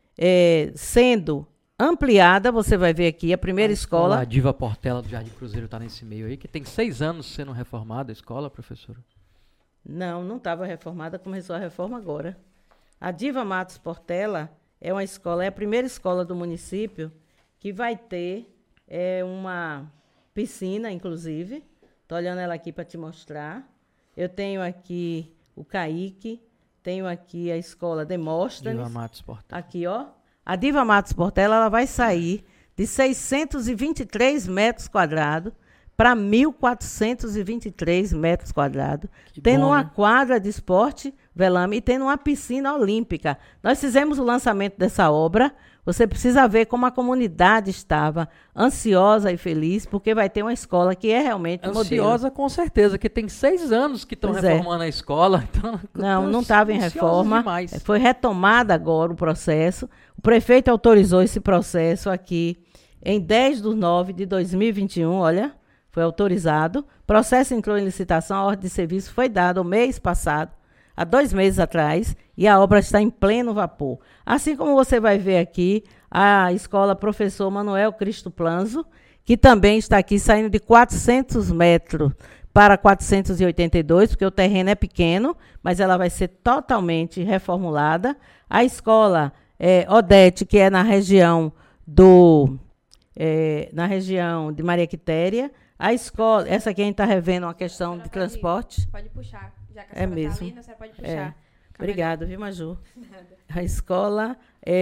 é, sendo ampliadas. Você vai ver aqui a primeira a escola. escola a Diva Portela do Jardim Cruzeiro está nesse meio aí, que tem seis anos sendo reformada a escola, professora? Não, não estava reformada, começou a reforma agora. A Diva Matos Portela é uma escola, é a primeira escola do município que vai ter é, uma piscina, inclusive. Estou olhando ela aqui para te mostrar. Eu tenho aqui o Caique, tenho aqui a escola Demóstenes. Diva Matos Portela. Aqui, ó. A Diva Matos Portela ela vai sair de seiscentos e vinte e três metros quadrados para mil quatrocentos e vinte e três metros quadrados, que tendo bom, uma né? quadra de esporte, Velame, e tendo uma piscina olímpica. Nós fizemos o lançamento dessa obra. Você precisa ver como a comunidade estava ansiosa e feliz, porque vai ter uma escola que é realmente ansiosa, modelo. Com certeza, que tem seis anos que estão reformando é. a escola. Então, não, não estava em reforma. Demais. Foi retomada agora o processo. O prefeito autorizou esse processo aqui em dez de nove de dois mil e vinte e um, olha, foi autorizado. Processo entrou em licitação, a ordem de serviço foi dada o mês passado, há dois meses atrás, e a obra está em pleno vapor. Assim como você vai ver aqui, a escola Professor Manuel Cristo Planzo, que também está aqui saindo de quatrocentos metros para quatrocentos e oitenta e dois, porque o terreno é pequeno, mas ela vai ser totalmente reformulada. A escola é, Odete, que é na região do é, na região de Maria Quitéria. A escola, essa aqui a gente está revendo uma questão de transporte. Pode puxar, já que a É senhora mesmo. tá ali, a senhora pode puxar. É. Obrigada, viu, Maju? A escola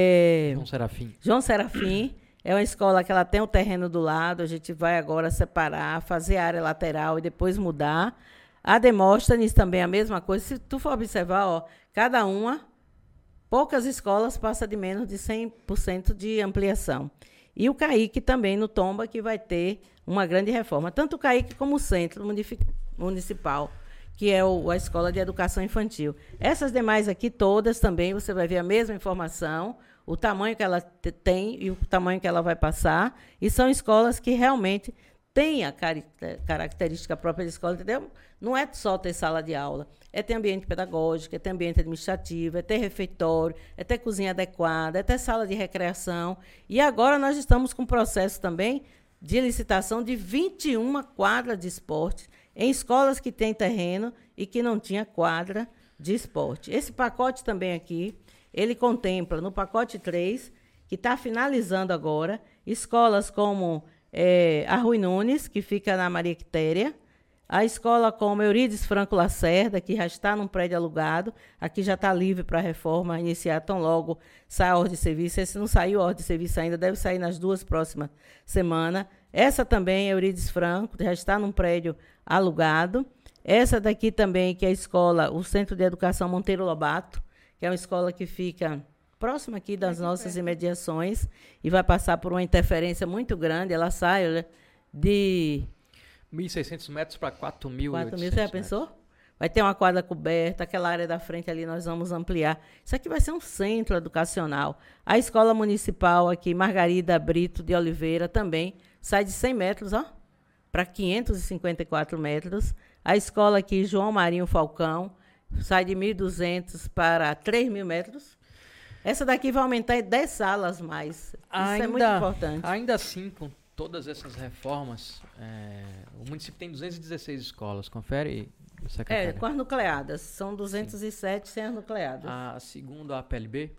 é João Serafim. João Serafim. É uma escola que ela tem o terreno do lado, a gente vai agora separar, fazer a área lateral e depois mudar. A Demóstenes também é a mesma coisa. Se tu for observar, ó, cada uma, poucas escolas passam de menos de cem por cento de ampliação. E o CAIC também no Tomba, que vai ter uma grande reforma. Tanto o CAIC como o Centro Municipal, que é o, a Escola de Educação Infantil. Essas demais aqui, todas também, você vai ver a mesma informação, o tamanho que ela te, tem e o tamanho que ela vai passar, e são escolas que realmente têm a cari característica própria de escola, entendeu? Não é só ter sala de aula, é ter ambiente pedagógico, é ter ambiente administrativo, é ter refeitório, é ter cozinha adequada, é ter sala de recreação. E agora nós estamos com um processo também de licitação de vinte e uma quadras de esporte em escolas que têm terreno e que não tinha quadra de esporte. Esse pacote também aqui, ele contempla, no pacote três, que está finalizando agora, escolas como é, a Rui Nunes, que fica na Maria Quitéria, a escola como Eurides Franco Lacerda, que já está num prédio alugado, aqui já está livre para a reforma iniciar tão logo sai a ordem de serviço. Esse não saiu a ordem de serviço ainda, deve sair nas duas próximas semanas. Essa também, Eurides Franco, já está num prédio alugado. Essa daqui também, que é a escola, o Centro de Educação Monteiro Lobato, que é uma escola que fica próxima aqui das nossas imediações e vai passar por uma interferência muito grande. Ela sai olha, de mil e seiscentos metros para quatro mil e oitocentos. quatro mil, você já pensou? Vai ter uma quadra coberta, aquela área da frente ali nós vamos ampliar. Isso aqui vai ser um centro educacional. A Escola Municipal aqui, Margarida Brito de Oliveira, também sai de cem metros ó, para quinhentos e cinquenta e quatro metros. A escola aqui, João Marinho Falcão, sai de mil e duzentos para três mil metros. Essa daqui vai aumentar em dez salas mais. Isso ainda, é muito importante. Ainda assim, com todas essas reformas, é, o município tem duzentas e dezesseis escolas. Confere, secretária. É, com as nucleadas. São duzentas e sete Sim. sem as nucleadas. A, segundo a P L B,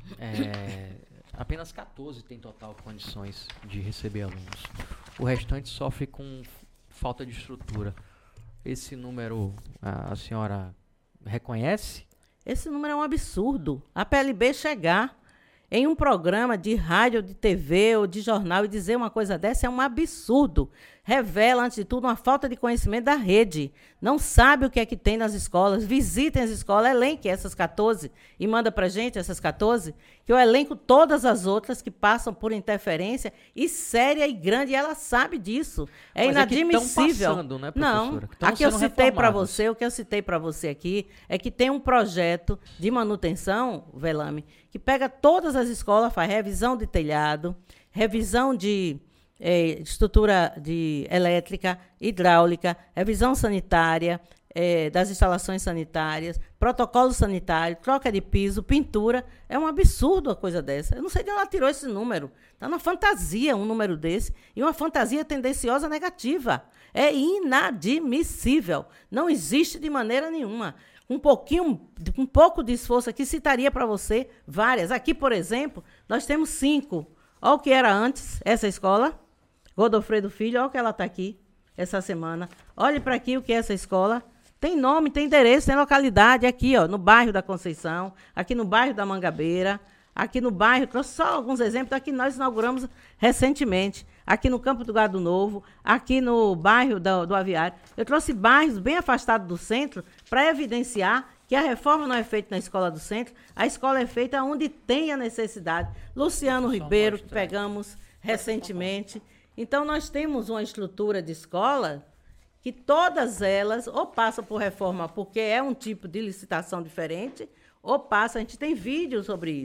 é, apenas quatorze tem total condições de receber alunos. O restante sofre com falta de estrutura. Esse número a, a senhora reconhece? Esse número é um absurdo. A P L B chegar em um programa de rádio, de T V ou de jornal e dizer uma coisa dessa é um absurdo. Revela, antes de tudo, uma falta de conhecimento da rede. Não sabe o que é que tem nas escolas. Visitem as escolas, elenque essas quatorze e manda para a gente essas quatorze, que eu elenco todas as outras que passam por interferência e séria e grande, e ela sabe disso. É Mas inadmissível. É que estão passando, né, professora? Não, Que aqui eu citei para reformadas. você, o que eu citei para você aqui é que tem um projeto de manutenção, Velame, que pega todas as escolas, faz revisão de telhado, revisão de é, estrutura de elétrica, hidráulica, revisão sanitária, é, das instalações sanitárias, protocolo sanitário, troca de piso, pintura. É um absurdo a coisa dessa. Eu não sei de onde ela tirou esse número. Está na fantasia um número desse, e uma fantasia tendenciosa negativa. É inadmissível. Não existe de maneira nenhuma. Um pouquinho, um pouco de esforço aqui, citaria para você várias. Aqui, por exemplo, nós temos cinco. Olha o que era antes, essa escola, Godofredo Filho, olha o que ela está aqui, essa semana. Olhe para aqui o que é essa escola. Tem nome, tem endereço, tem localidade, aqui, ó, no bairro da Conceição, aqui no bairro da Mangabeira, aqui no bairro, trouxe só alguns exemplos, aqui nós inauguramos recentemente, aqui no Campo do Gado Novo, aqui no bairro do, do Aviário. Eu trouxe bairros bem afastados do centro para evidenciar que a reforma não é feita na escola do centro, a escola é feita onde tem a necessidade. Luciano Ribeiro, que pegamos recentemente. Então, nós temos uma estrutura de escola que todas elas ou passam por reforma porque é um tipo de licitação diferente, ou passa, a gente tem vídeo sobre isso.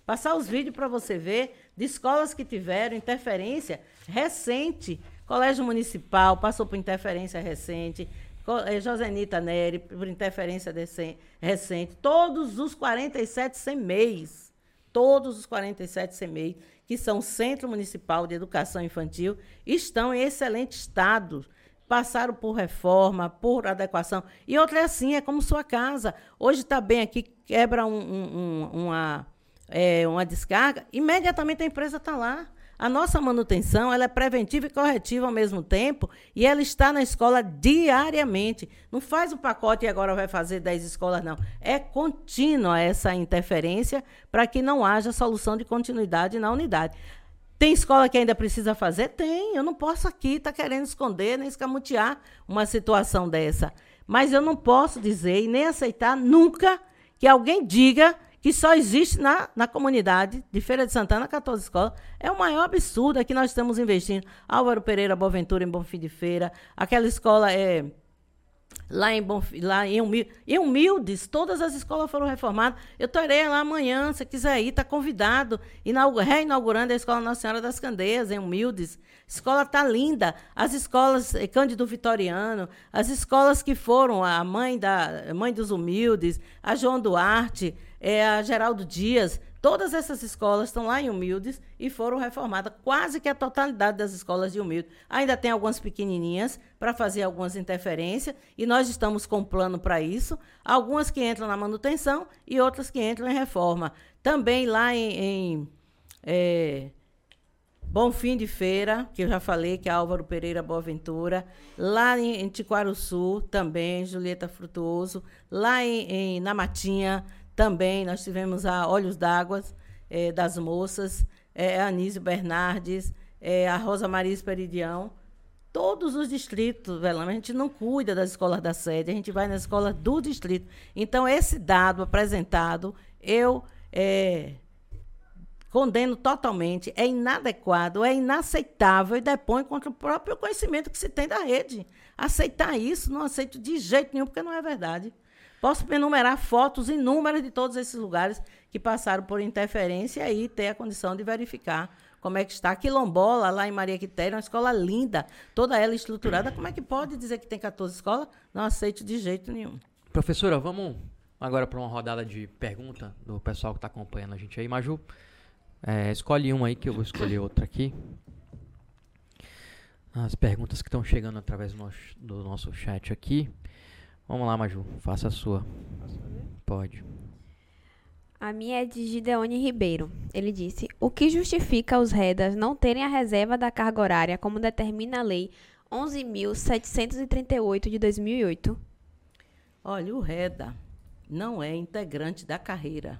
Passar os vídeos para você ver de escolas que tiveram interferência recente. Colégio Municipal passou por interferência recente. Josenita Neri, por interferência recente. Todos os quarenta e sete C M E Is, todos os quarenta e sete C M E Is, que são Centro Municipal de Educação Infantil, estão em excelente estado. Passaram por reforma, por adequação. E outra é assim, é como sua casa. Hoje está bem aqui, quebra um, um, uma, é, uma descarga, imediatamente a empresa está lá. A nossa manutenção ela é preventiva e corretiva ao mesmo tempo e ela está na escola diariamente. Não faz o pacote e agora vai fazer dez escolas, não. É contínua essa interferência para que não haja solução de continuidade na unidade. Tem escola que ainda precisa fazer? Tem. Eu não posso aqui estar tá querendo esconder nem escamotear uma situação dessa. Mas eu não posso dizer e nem aceitar nunca que alguém diga que só existe na, na comunidade de Feira de Santana quatorze escolas. É o maior absurdo, é que nós estamos investindo. Álvaro Pereira Boaventura, em Bonfim de Feira, aquela escola é, lá, em Bonfim, lá em, Humil, em Humildes, todas as escolas foram reformadas. Eu estarei lá amanhã, se quiser ir, está convidado, reinaugurando a Escola Nossa Senhora das Candeias, em Humildes. A escola está linda. As escolas, Cândido Vitoriano, as escolas que foram, a mãe, da, mãe dos Humildes, a João Duarte, é, a Geraldo Dias, todas essas escolas estão lá em Humildes e foram reformadas, quase que a totalidade das escolas de Humildes. Ainda tem algumas pequenininhas para fazer algumas interferências e nós estamos com um plano para isso, algumas que entram na manutenção e outras que entram em reforma. Também lá em, em é, Bonfim de Feira, que eu já falei, que é Álvaro Pereira Boaventura, lá em, em Tiquaruçu também, Julieta Frutuoso, lá em, em, na Matinha, também nós tivemos a Olhos d'Água é, das Moças, é, a Anísio Bernardes, é, a Rosa Maria Esperidião, todos os distritos, Velama, a gente não cuida das escolas da sede, a gente vai nas escolas do distrito. Então, esse dado apresentado, eu é, condeno totalmente, é inadequado, é inaceitável e depõe contra o próprio conhecimento que se tem da rede. Aceitar isso, não aceito de jeito nenhum, porque não é verdade. Posso enumerar fotos inúmeras de todos esses lugares que passaram por interferência e aí ter a condição de verificar como é que está. A Quilombola, lá em Maria Quitéria, uma escola linda, toda ela estruturada. Como é que pode dizer que tem quatorze escolas? Não aceito de jeito nenhum. Professora, vamos agora para uma rodada de pergunta do pessoal que está acompanhando a gente aí. Maju, é, escolhe uma aí que eu vou escolher outra aqui. As perguntas que estão chegando através do nosso, do nosso chat aqui. Vamos lá, Maju, faça a sua. Posso fazer? Pode. A minha é de Gideone Ribeiro. Ele disse: o que justifica os REDAs não terem a reserva da carga horária, como determina a Lei onze mil setecentos e trinta e oito de dois mil e oito? Olha, o REDA não é integrante da carreira.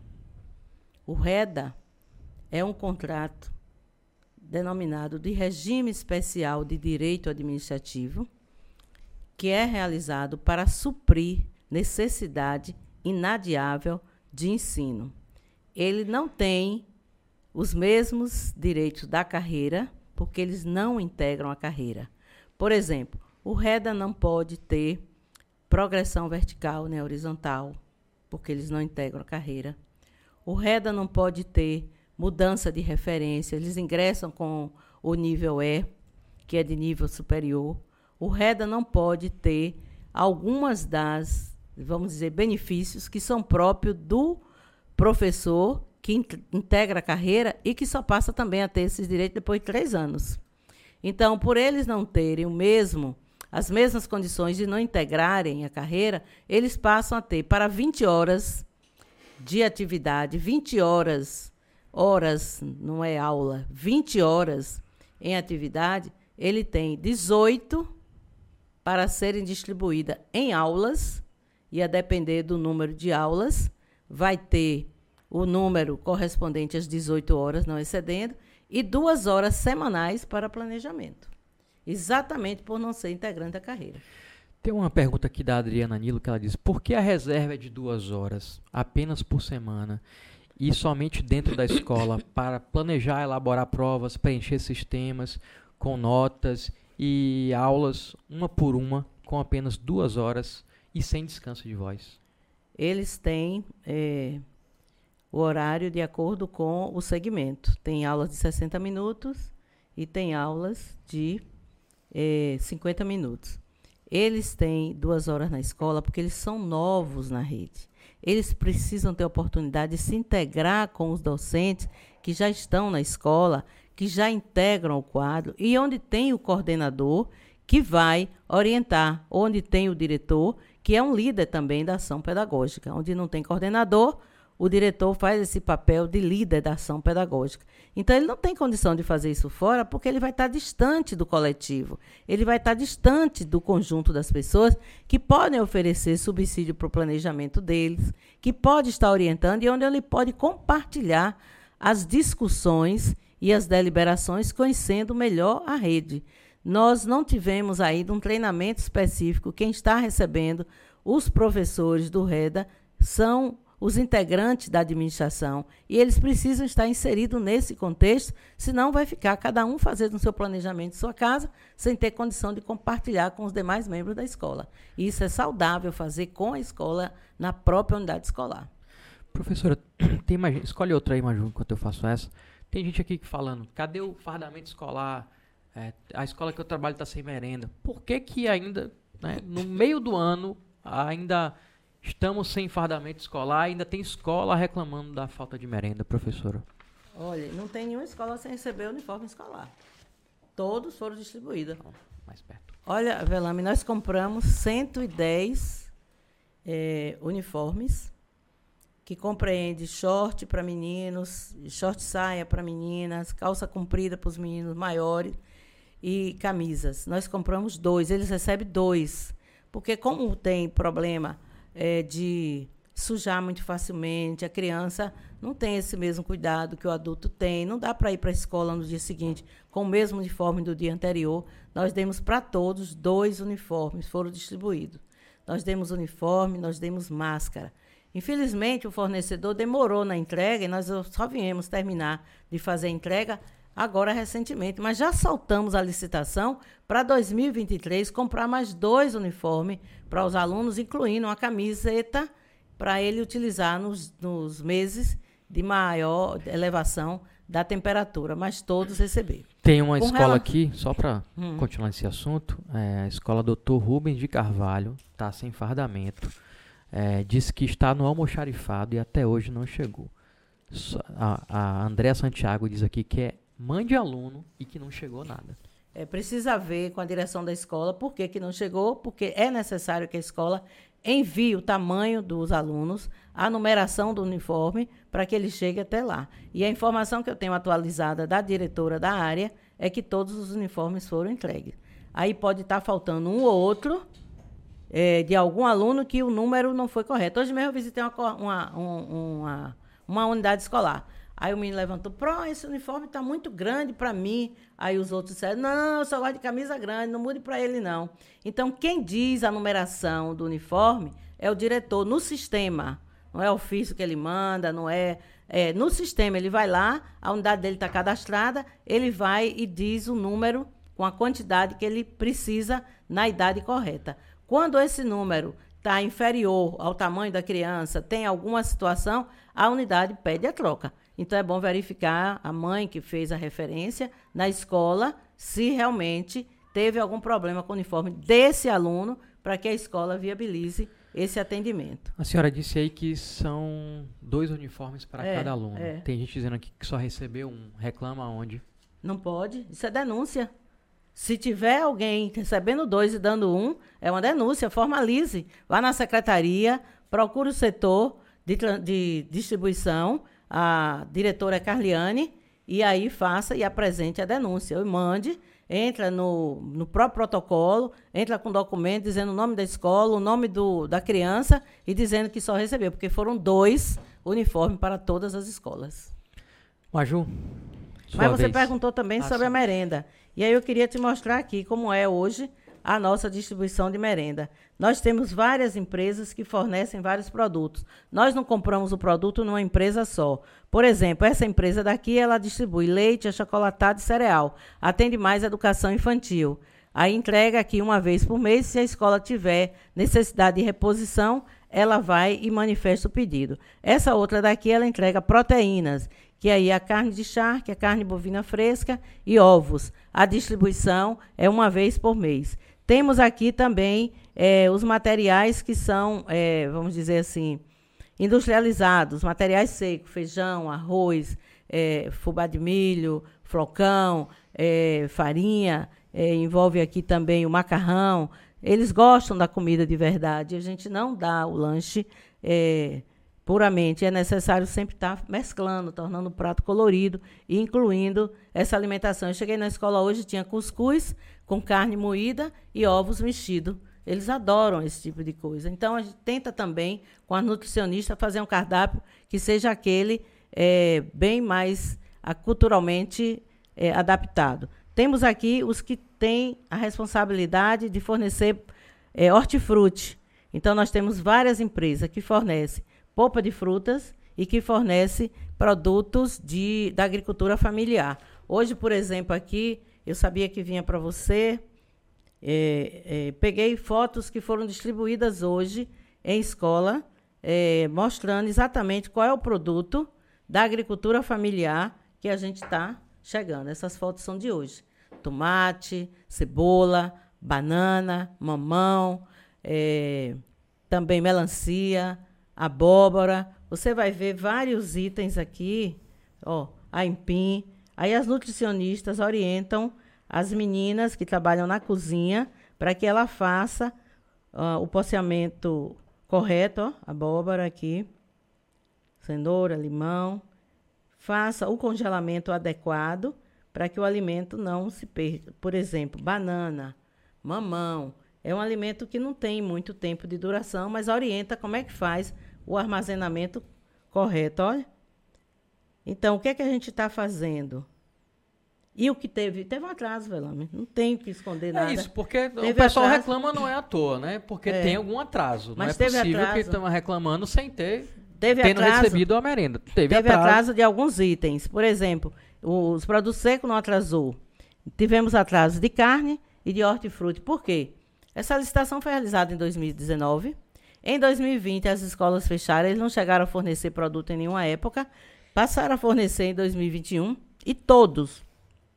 O REDA é um contrato denominado de Regime Especial de Direito Administrativo, que é realizado para suprir necessidade inadiável de ensino. Ele não tem os mesmos direitos da carreira, porque eles não integram a carreira. Por exemplo, o REDA não pode ter progressão vertical nem horizontal, porque eles não integram a carreira. O REDA não pode ter mudança de referência, eles ingressam com o nível E, que é de nível superior. O REDA não pode ter algumas das, vamos dizer, benefícios que são próprios do professor que integra a carreira e que só passa também a ter esses direitos depois de três anos. Então, por eles não terem o mesmo, as mesmas condições de não integrarem a carreira, eles passam a ter para vinte horas de atividade, vinte horas, horas, não é aula, vinte horas em atividade, ele tem dezoito para serem distribuídas em aulas, e a depender do número de aulas, vai ter o número correspondente às dezoito horas, não excedendo, e duas horas semanais para planejamento. Exatamente por não ser integrante da carreira. Tem uma pergunta aqui da Adriana Nilo, que ela diz: por que a reserva é de duas horas, apenas por semana, e somente dentro da escola, para planejar, elaborar provas, preencher sistemas com notas e aulas, uma por uma, com apenas duas horas e sem descanso de voz? Eles têm é, o horário de acordo com o segmento. Tem aulas de sessenta minutos e tem aulas de eh, cinquenta minutos. Eles têm duas horas na escola porque eles são novos na rede. Eles precisam ter a oportunidade de se integrar com os docentes que já estão na escola, que já integram o quadro, e onde tem o coordenador que vai orientar, onde tem o diretor, que é um líder também da ação pedagógica. Onde não tem coordenador, o diretor faz esse papel de líder da ação pedagógica. Então, ele não tem condição de fazer isso fora porque ele vai estar distante do coletivo, ele vai estar distante do conjunto das pessoas que podem oferecer subsídio para o planejamento deles, que pode estar orientando e onde ele pode compartilhar as discussões e as deliberações, conhecendo melhor a rede. Nós não tivemos ainda um treinamento específico. Quem está recebendo os professores do REDA são os integrantes da administração, e eles precisam estar inseridos nesse contexto, senão vai ficar cada um fazendo o seu planejamento de sua casa, sem ter condição de compartilhar com os demais membros da escola. E isso é saudável fazer com a escola na própria unidade escolar. Professora, tem mais gente, escolhe outra aí, Maju, enquanto eu faço essa. Tem gente aqui falando, cadê o fardamento escolar? É, a escola que eu trabalho está sem merenda. Por que que ainda, né, no meio do ano, ainda estamos sem fardamento escolar, ainda tem escola reclamando da falta de merenda, professora? Olha, não tem nenhuma escola sem receber uniforme escolar. Todos foram distribuídos. Não, mais perto. Olha, Velame, nós compramos cento e dez é, uniformes, que compreende short para meninos, short saia para meninas, calça comprida para os meninos maiores e camisas. Nós compramos dois, eles recebem dois, porque como tem problema é, de sujar muito facilmente, a criança não tem esse mesmo cuidado que o adulto tem, não dá para ir para a escola no dia seguinte com o mesmo uniforme do dia anterior. Nós demos para todos dois uniformes, foram distribuídos. Nós demos uniforme, nós demos máscara. Infelizmente, o fornecedor demorou na entrega e nós só viemos terminar de fazer a entrega agora recentemente, mas já saltamos a licitação para dois mil e vinte e três comprar mais dois uniformes para os alunos, incluindo uma camiseta para ele utilizar nos, nos meses de maior elevação da temperatura, mas todos receberam. Tem uma Com escola rela... aqui, só para hum. continuar esse assunto, é, a escola doutor Rubens de Carvalho está sem fardamento. É, disse que está no almoxarifado e até hoje não chegou. A, a Andréa Santiago diz aqui que é mãe de aluno e que não chegou nada. É, precisa ver com a direção da escola por que, que não chegou, porque é necessário que a escola envie o tamanho dos alunos, a numeração do uniforme, para que ele chegue até lá. E a informação que eu tenho atualizada da diretora da área é que todos os uniformes foram entregues. Aí pode estar faltando um ou outro, É, de algum aluno que o número não foi correto. Hoje mesmo eu visitei uma, uma, um, uma, uma unidade escolar. Aí o menino levantou, Pro, esse uniforme está muito grande para mim. Aí os outros disseram, não, eu só gosto de camisa grande, não mude para ele, não. Então, quem diz a numeração do uniforme é o diretor no sistema. Não é ofício que ele manda, não é, é... No sistema, ele vai lá, a unidade dele está cadastrada, ele vai e diz o número com a quantidade que ele precisa na idade correta. Quando esse número está inferior ao tamanho da criança, tem alguma situação, a unidade pede a troca. Então, é bom verificar a mãe que fez a referência na escola se realmente teve algum problema com o uniforme desse aluno para que a escola viabilize esse atendimento. A senhora disse aí que são dois uniformes para é, cada aluno. É. Tem gente dizendo aqui que só recebeu um. Reclama onde? Não pode. Isso é denúncia. Se tiver alguém recebendo dois e dando um, é uma denúncia, formalize. Vá na secretaria, procure o setor de, de distribuição, a diretora Carliane, e aí faça e apresente a denúncia. E mande, entra no, no próprio protocolo, entra com documento dizendo o nome da escola, o nome do, da criança e dizendo que só recebeu, porque foram dois uniformes para todas as escolas. Maju, sua Mas você vez. perguntou também ah, sobre sim. a merenda. E aí eu queria te mostrar aqui como é hoje a nossa distribuição de merenda. Nós temos várias empresas que fornecem vários produtos. Nós não compramos o produto numa empresa só. Por exemplo, essa empresa daqui, ela distribui leite, achocolatado e cereal. Atende mais educação infantil. Aí entrega aqui uma vez por mês. Se a escola tiver necessidade de reposição, ela vai e manifesta o pedido. Essa outra daqui, ela entrega proteínas, que aí é a carne de charque, a carne bovina fresca e ovos. A distribuição é uma vez por mês. Temos aqui também é, os materiais que são, é, vamos dizer assim, industrializados, materiais secos, feijão, arroz, é, fubá de milho, flocão, é, farinha, é, envolve aqui também o macarrão. Eles gostam da comida de verdade. A gente não dá o lanche é, puramente. É necessário sempre estar mesclando, tornando o prato colorido e incluindo essa alimentação. Eu cheguei na escola hoje, tinha cuscuz com carne moída e ovos mexidos. Eles adoram esse tipo de coisa. Então, a gente tenta também, com a nutricionista, fazer um cardápio que seja aquele é, bem mais a, culturalmente é, adaptado. Temos aqui os que têm a responsabilidade de fornecer é, hortifruti. Então, nós temos várias empresas que fornecem polpa de frutas e que fornecem produtos de, da agricultura familiar. Hoje, por exemplo, aqui, eu sabia que vinha para você, é, é, peguei fotos que foram distribuídas hoje em escola, é, mostrando exatamente qual é o produto da agricultura familiar que a gente está chegando. Essas fotos são de hoje. Tomate, cebola, banana, mamão, é, também melancia, abóbora. Você vai ver vários itens aqui, ó, aipim. Aí as nutricionistas orientam as meninas que trabalham na cozinha para que ela faça uh, o poceamento correto, ó, abóbora aqui, cenoura, limão. Faça o congelamento adequado para que o alimento não se perca. Por exemplo, banana, mamão. É um alimento que não tem muito tempo de duração, mas orienta como é que faz o armazenamento correto. Olha. Então, o que é que a gente está fazendo? E o que teve? Teve um atraso, Velame. Não tem o que esconder nada. É isso, porque teve o pessoal atraso. reclama não é à toa, né? Porque é. tem algum atraso. Mas não é teve possível atraso. que estão reclamando sem ter... Teve tendo atraso, recebido a merenda. Teve, teve atraso. atraso de alguns itens. Por exemplo, os produtos secos não atrasou. Tivemos atraso de carne e de hortifruti. Por quê? Essa licitação foi realizada em dois mil e dezenove. Em dois mil e vinte, as escolas fecharam. Eles não chegaram a fornecer produto em nenhuma época. Passaram a fornecer em dois mil e vinte e um. E todos,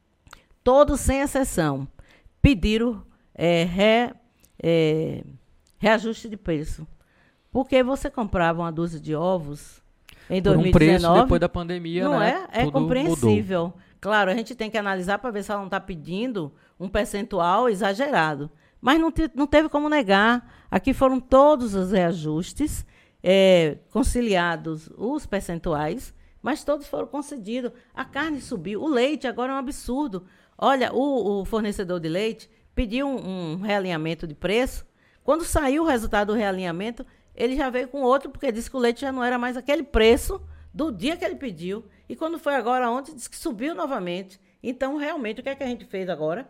todos sem exceção, pediram é, re, é, reajuste de preço. Porque você comprava uma dúzia de ovos em dois mil e dezenove... Por um preço depois da pandemia, não né? é? É Tudo compreensível. Mudou. Claro, a gente tem que analisar para ver se ela não está pedindo um percentual exagerado. Mas não, te, não teve como negar. Aqui foram todos os reajustes, é, conciliados os percentuais, mas todos foram concedidos. A carne subiu. O leite agora é um absurdo. Olha, o, o fornecedor de leite pediu um, um realinhamento de preço. Quando saiu o resultado do realinhamento, ele já veio com outro, porque disse que o leite já não era mais aquele preço do dia que ele pediu. E quando foi agora ontem, disse que subiu novamente. Então, realmente, o que é que a gente fez agora?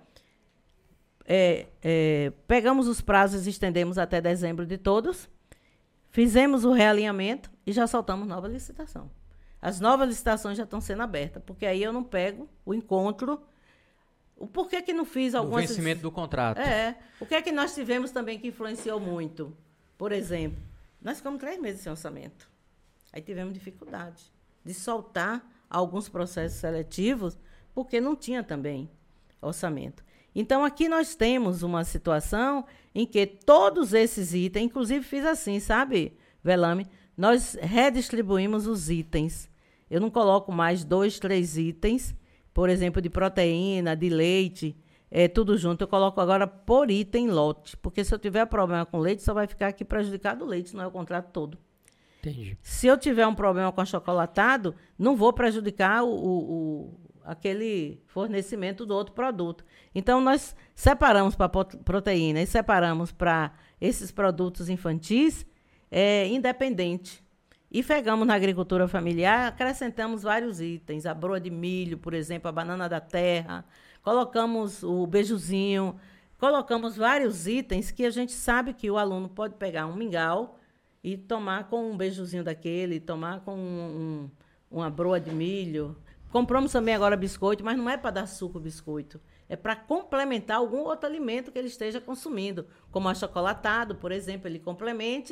É, é, pegamos os prazos e estendemos até dezembro de todos, fizemos o realinhamento e já soltamos nova licitação. As novas licitações já estão sendo abertas, porque aí eu não pego o encontro. O porquê que não fiz algumas... O vencimento do contrato. É. O que é que nós tivemos também que influenciou muito? Por exemplo, nós ficamos três meses sem orçamento. Aí tivemos dificuldade de soltar alguns processos seletivos, porque não tinha também orçamento. Então, aqui nós temos uma situação em que todos esses itens, inclusive fiz assim, sabe, Velame? Nós redistribuímos os itens. Eu não coloco mais dois, três itens, por exemplo, de proteína, de leite, é, tudo junto. Eu coloco agora por item lote, porque se eu tiver problema com leite, só vai ficar aqui prejudicado o leite, não é o contrato todo. Entendi. Se eu tiver um problema com achocolatado, não vou prejudicar o, o, o, aquele fornecimento do outro produto. Então, nós separamos para proteína e separamos para esses produtos infantis é, independente. E pegamos na agricultura familiar, acrescentamos vários itens. A broa de milho, por exemplo, a banana da terra. Colocamos o beijuzinho. Colocamos vários itens que a gente sabe que o aluno pode pegar um mingau e tomar com um beijuzinho daquele, tomar com um, um, uma broa de milho. Compramos também agora biscoito, mas não é para dar suco biscoito. É para complementar algum outro alimento que ele esteja consumindo, como achocolatado, por exemplo, ele complemente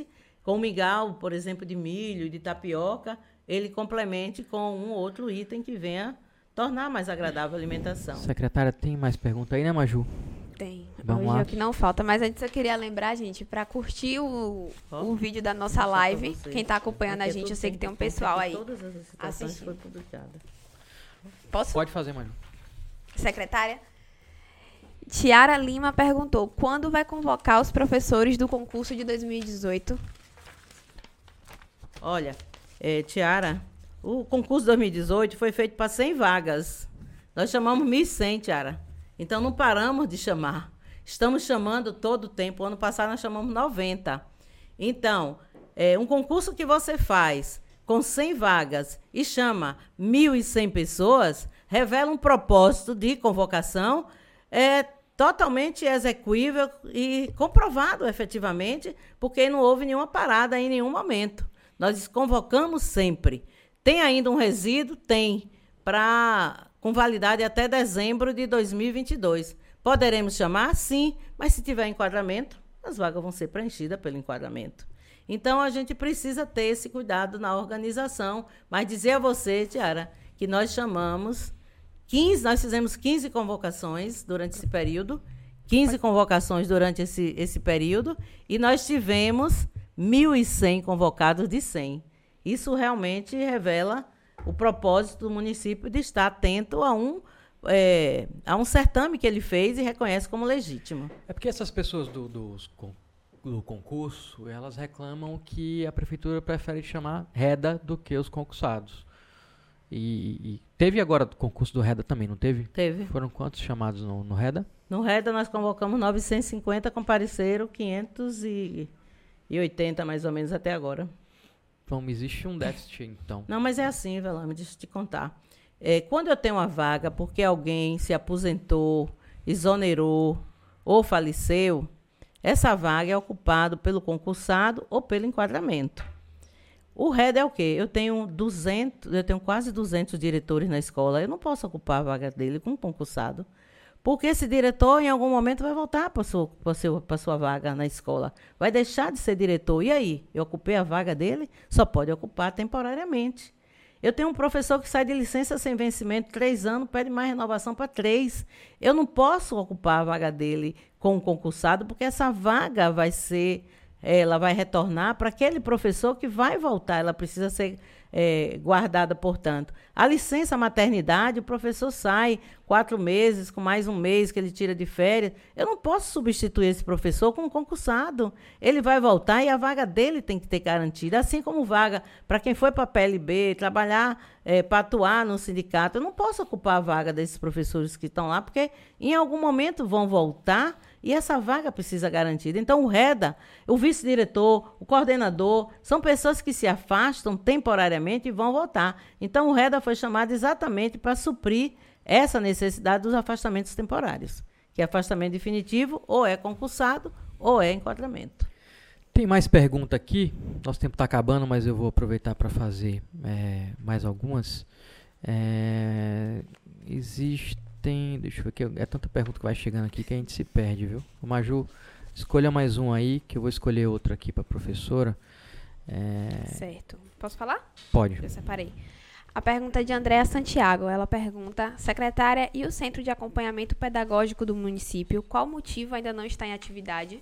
com migal, por exemplo, de milho, de tapioca, ele complemente com um outro item que venha tornar mais agradável a alimentação. Secretária, tem mais pergunta aí, né, Maju? Tem. Vamos Hoje lá. é o que não falta. Mas antes eu queria lembrar, gente, para curtir o, Ó, o vídeo da nossa mostrar pra live. vocês. Quem está acompanhando a Aqui é gente, tudo eu sei que tem um tem- pessoal tem aí. Todas as citações assistindo. foram publicadas. Posso? Pode fazer, Maju. Secretária? Tiara Lima perguntou: quando vai convocar os professores do concurso de dois mil e dezoito? Olha, é, Tiara, o concurso dois mil e dezoito foi feito para cem vagas. Nós chamamos mil e cem, Tiara. Então, não paramos de chamar. Estamos chamando todo o tempo. Ano passado, nós chamamos noventa. Então, é, um concurso que você faz com cem vagas e chama mil e cem pessoas, revela um propósito de convocação é, totalmente execuível e comprovado efetivamente, porque não houve nenhuma parada em nenhum momento. Nós convocamos sempre. Tem ainda um resíduo? Tem, pra, com validade até dezembro de dois mil e vinte e dois. Poderemos chamar? Sim, mas se tiver enquadramento, as vagas vão ser preenchidas pelo enquadramento. Então, a gente precisa ter esse cuidado na organização, mas dizer a você, Tiara, que nós chamamos quinze, nós fizemos quinze convocações durante esse período, quinze convocações durante esse, esse período, e nós tivemos mil e cem convocados de cem. Isso realmente revela o propósito do município de estar atento a um, é, a um certame que ele fez e reconhece como legítimo. É porque essas pessoas do, dos con- do concurso, elas reclamam que a prefeitura prefere chamar REDA do que os concursados. E, e teve agora o concurso do REDA também, não teve? Teve. Foram quantos chamados no, no REDA? No REDA, nós convocamos novecentos e cinquenta, compareceram quinhentos e oitenta, mais ou menos, até agora. Então, existe um déficit, então. Não, mas é assim, Velame, deixa eu te contar. É, quando eu tenho uma vaga porque alguém se aposentou, exonerou ou faleceu, essa vaga é ocupada pelo concursado ou pelo enquadramento. O REDA é o quê? Eu tenho duzentos, eu tenho quase duzentos diretores na escola. Eu não posso ocupar a vaga dele com um concursado. Porque esse diretor, em algum momento, vai voltar para a sua, para sua vaga na escola. Vai deixar de ser diretor. E aí? Eu ocupei a vaga dele? Só pode ocupar temporariamente. Eu tenho um professor que sai de licença sem vencimento, três anos, pede mais renovação para três. Eu não posso ocupar a vaga dele com um concursado, porque essa vaga vai ser, ela vai retornar para aquele professor que vai voltar. Ela precisa ser é, guardada, portanto. A licença maternidade, o professor sai quatro meses, com mais um mês que ele tira de férias. Eu não posso substituir esse professor com um concursado. Ele vai voltar e a vaga dele tem que ter garantida. Assim como vaga para quem foi para a P L B, trabalhar, é, para atuar no sindicato. Eu não posso ocupar a vaga desses professores que estão lá, porque em algum momento vão voltar e essa vaga precisa garantida. Então, o REDA, o vice-diretor, o coordenador, são pessoas que se afastam temporariamente e vão voltar. Então, o REDA foi chamado exatamente para suprir essa necessidade dos afastamentos temporários, que é afastamento definitivo ou é concursado ou é enquadramento. Tem mais pergunta aqui. Nosso tempo está acabando, mas eu vou aproveitar para fazer é, mais algumas. É, existem... Deixa eu ver aqui. É tanta pergunta que vai chegando aqui que a gente se perde, viu? O Maju, escolha mais um aí, que eu vou escolher outro aqui para a professora. É, Certo. Posso falar? pode. Eu separei. A pergunta é de Andréa Santiago. Ela pergunta: secretária, e o Centro de Acompanhamento Pedagógico do município, qual motivo ainda não está em atividade?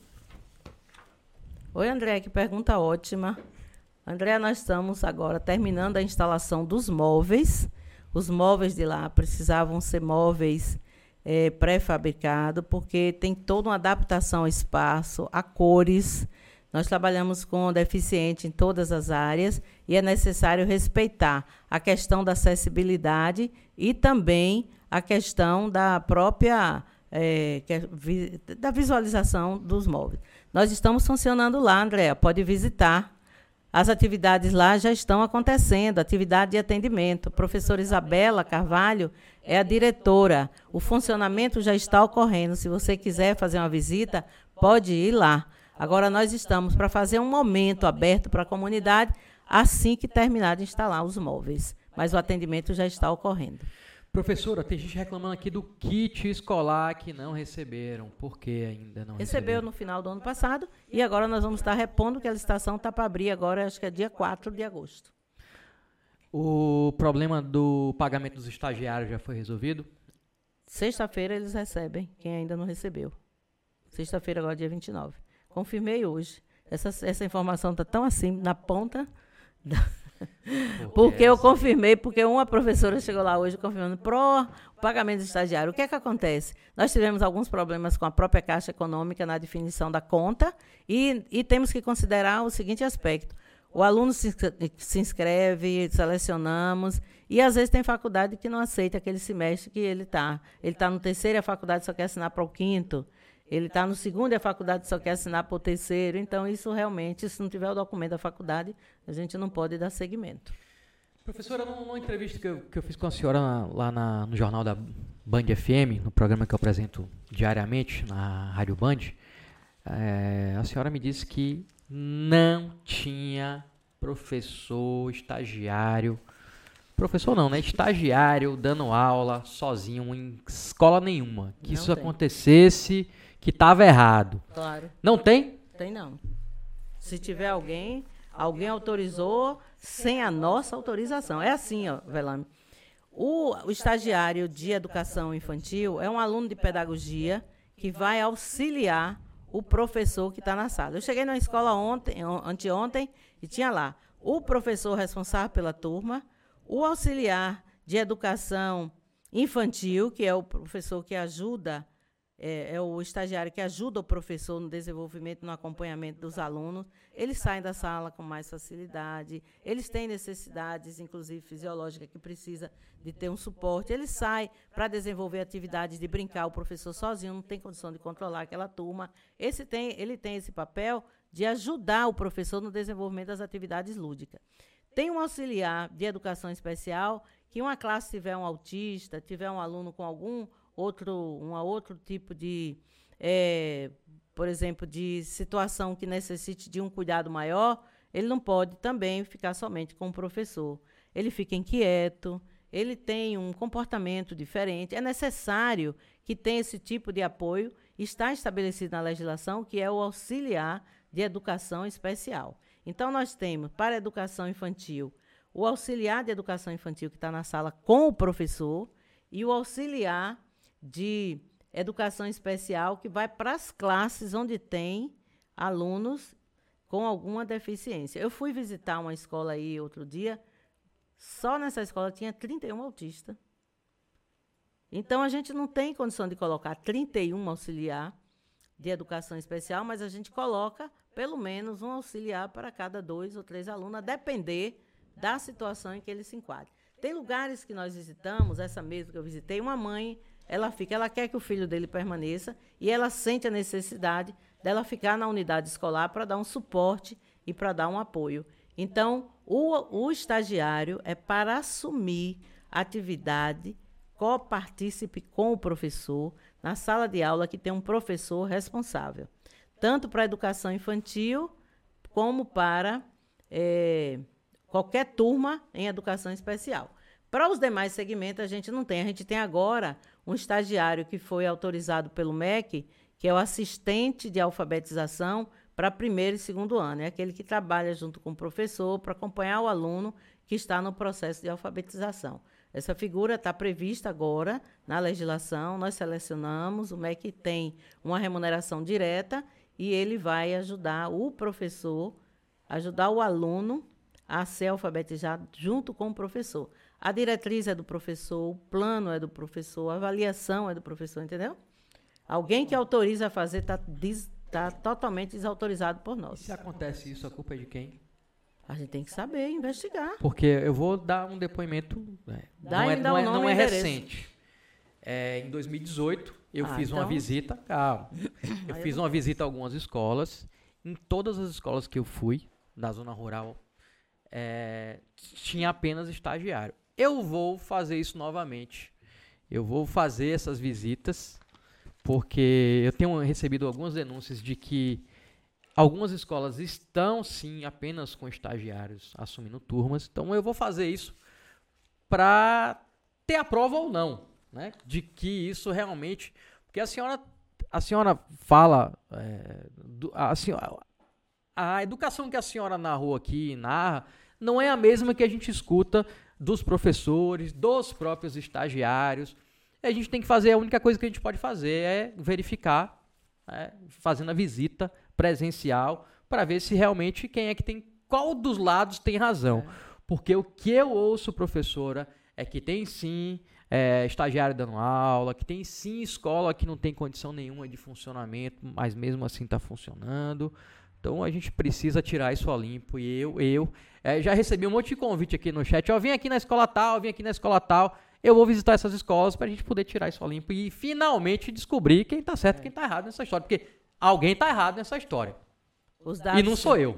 Oi, André, que pergunta ótima. André, nós estamos agora terminando a instalação dos móveis. Os móveis de lá precisavam ser móveis é, pré-fabricados, porque tem toda uma adaptação ao espaço, a cores. Nós trabalhamos com deficiente em todas as áreas e é necessário respeitar a questão da acessibilidade e também a questão da própria é, que é, vi, da visualização dos móveis. Nós estamos funcionando lá, Andréa, pode visitar. As atividades lá já estão acontecendo, atividade de atendimento. A professora Isabela Carvalho é a diretora. O funcionamento já está ocorrendo. Se você quiser fazer uma visita, pode ir lá. Agora, nós estamos para fazer um momento aberto para a comunidade assim que terminar de instalar os móveis. Mas o atendimento já está ocorrendo. Professora, tem gente reclamando aqui do kit escolar que não receberam. Por que ainda não Recebeu receberam? no final do ano passado e agora nós vamos estar repondo, que a licitação está para abrir agora, acho que é dia quatro de agosto. O problema do pagamento dos estagiários já foi resolvido? Sexta-feira eles recebem, quem ainda não recebeu. Sexta-feira, agora dia vinte e nove. Confirmei hoje. Essa, essa informação está tão assim, na ponta... Da... Porque eu confirmei, porque uma professora chegou lá hoje confirmando pro pagamento do estagiário. O que é que acontece? Nós tivemos alguns problemas com a própria Caixa Econômica na definição da conta e, e temos que considerar o seguinte aspecto. O aluno se, se inscreve, selecionamos, e às vezes tem faculdade que não aceita aquele semestre que ele está. Ele está no terceiro e a faculdade só quer assinar para o quinto. Ele está no segundo e a faculdade só quer assinar para o terceiro. Então, isso realmente, se não tiver o documento da faculdade, a gente não pode dar seguimento. Professora, numa entrevista que eu, que eu fiz com a senhora na, lá na, no jornal da Band F M, no programa que eu apresento diariamente, na Rádio Band, é, a senhora me disse que não tinha professor, estagiário, professor não, né? Estagiário dando aula sozinho em escola nenhuma. Que Não isso tem. acontecesse, que estava errado. Claro. Não tem? Tem não. Se tiver alguém, alguém autorizou sem a nossa autorização. É assim, ó, Velame. O, o estagiário de educação infantil é um aluno de pedagogia que vai auxiliar o professor que está na sala. Eu cheguei na escola ontem, anteontem, e tinha lá o professor responsável pela turma, o auxiliar de educação infantil, que é o professor que ajuda, é, é o estagiário que ajuda o professor no desenvolvimento, no acompanhamento dos alunos. Eles saem da sala com mais facilidade, eles têm necessidades, inclusive fisiológicas, que precisa de ter um suporte. Eles saem para desenvolver atividades de brincar, o professor sozinho não tem condição de controlar aquela turma. Esse tem, ele tem esse papel de ajudar o professor no desenvolvimento das atividades lúdicas. Tem um auxiliar de educação especial, que uma classe tiver um autista, tiver um aluno com algum outro, um outro tipo de, é, por exemplo, de situação que necessite de um cuidado maior, ele não pode também ficar somente com o professor. Ele fica inquieto, ele tem um comportamento diferente. É necessário que tenha esse tipo de apoio. Está estabelecido na legislação, que é o auxiliar de educação especial. Então, nós temos, para a educação infantil, o auxiliar de educação infantil que está na sala com o professor e o auxiliar de educação especial que vai para as classes onde tem alunos com alguma deficiência. Eu fui visitar uma escola aí outro dia, só nessa escola tinha trinta e um autistas. Então, a gente não tem condição de colocar trinta e um auxiliar de educação especial, mas a gente coloca pelo menos um auxiliar para cada dois ou três alunos, a depender da situação em que ele se enquadre. Tem lugares que nós visitamos, essa mesma que eu visitei, uma mãe, ela fica, ela quer que o filho dele permaneça e ela sente a necessidade dela ficar na unidade escolar para dar um suporte e para dar um apoio. Então, o, o estagiário é para assumir a atividade, copartícipe com o professor, na sala de aula que tem um professor responsável, tanto para a educação infantil como para é, qualquer turma em educação especial. Para os demais segmentos, a gente não tem. A gente tem agora um estagiário que foi autorizado pelo M E C, que é o assistente de alfabetização para primeiro e segundo ano. É aquele que trabalha junto com o professor para acompanhar o aluno que está no processo de alfabetização. Essa figura está prevista agora na legislação, nós selecionamos, o M E C tem uma remuneração direta e ele vai ajudar o professor, ajudar o aluno a ser alfabetizado junto com o professor. A diretriz é do professor, o plano é do professor, a avaliação é do professor, entendeu? Alguém que autoriza a fazer está tá totalmente desautorizado por nós. E se acontece isso, a culpa é de quem? A gente tem que saber, investigar. Porque eu vou dar um depoimento, é, Dá não, é, ainda não, o é, nome não e é endereço. recente. É, em dois mil e dezoito, eu Ah, fiz uma então- visita, calma, eu Aí fiz eu uma visita a algumas escolas. Em todas as escolas que eu fui, da zona rural, é, tinha apenas estagiário. Eu vou fazer isso novamente. Eu vou fazer essas visitas, porque eu tenho recebido algumas denúncias de que algumas escolas estão, sim, apenas com estagiários assumindo turmas. Então, eu vou fazer isso para ter a prova ou não, né? De que isso realmente... Porque a senhora, a senhora fala... É, do, a, senhora, a educação que a senhora narrou aqui, narra, não é a mesma que a gente escuta dos professores, dos próprios estagiários. E a gente tem que fazer, a única coisa que a gente pode fazer é verificar, é, fazendo a visita presencial, para ver se realmente quem é que tem, qual dos lados tem razão. É. Porque o que eu ouço, professora, é que tem sim é, estagiário dando aula, que tem sim escola que não tem condição nenhuma de funcionamento, mas mesmo assim está funcionando. Então a gente precisa tirar isso a limpo. E eu, eu é, já recebi um monte de convite aqui no chat. Ó, vim aqui na escola tal, vim aqui na escola tal. Eu vou visitar essas escolas para a gente poder tirar isso a limpo e finalmente descobrir quem está certo e quem está errado nessa história. Porque alguém está errado nessa história. Os dados, e não sou eu.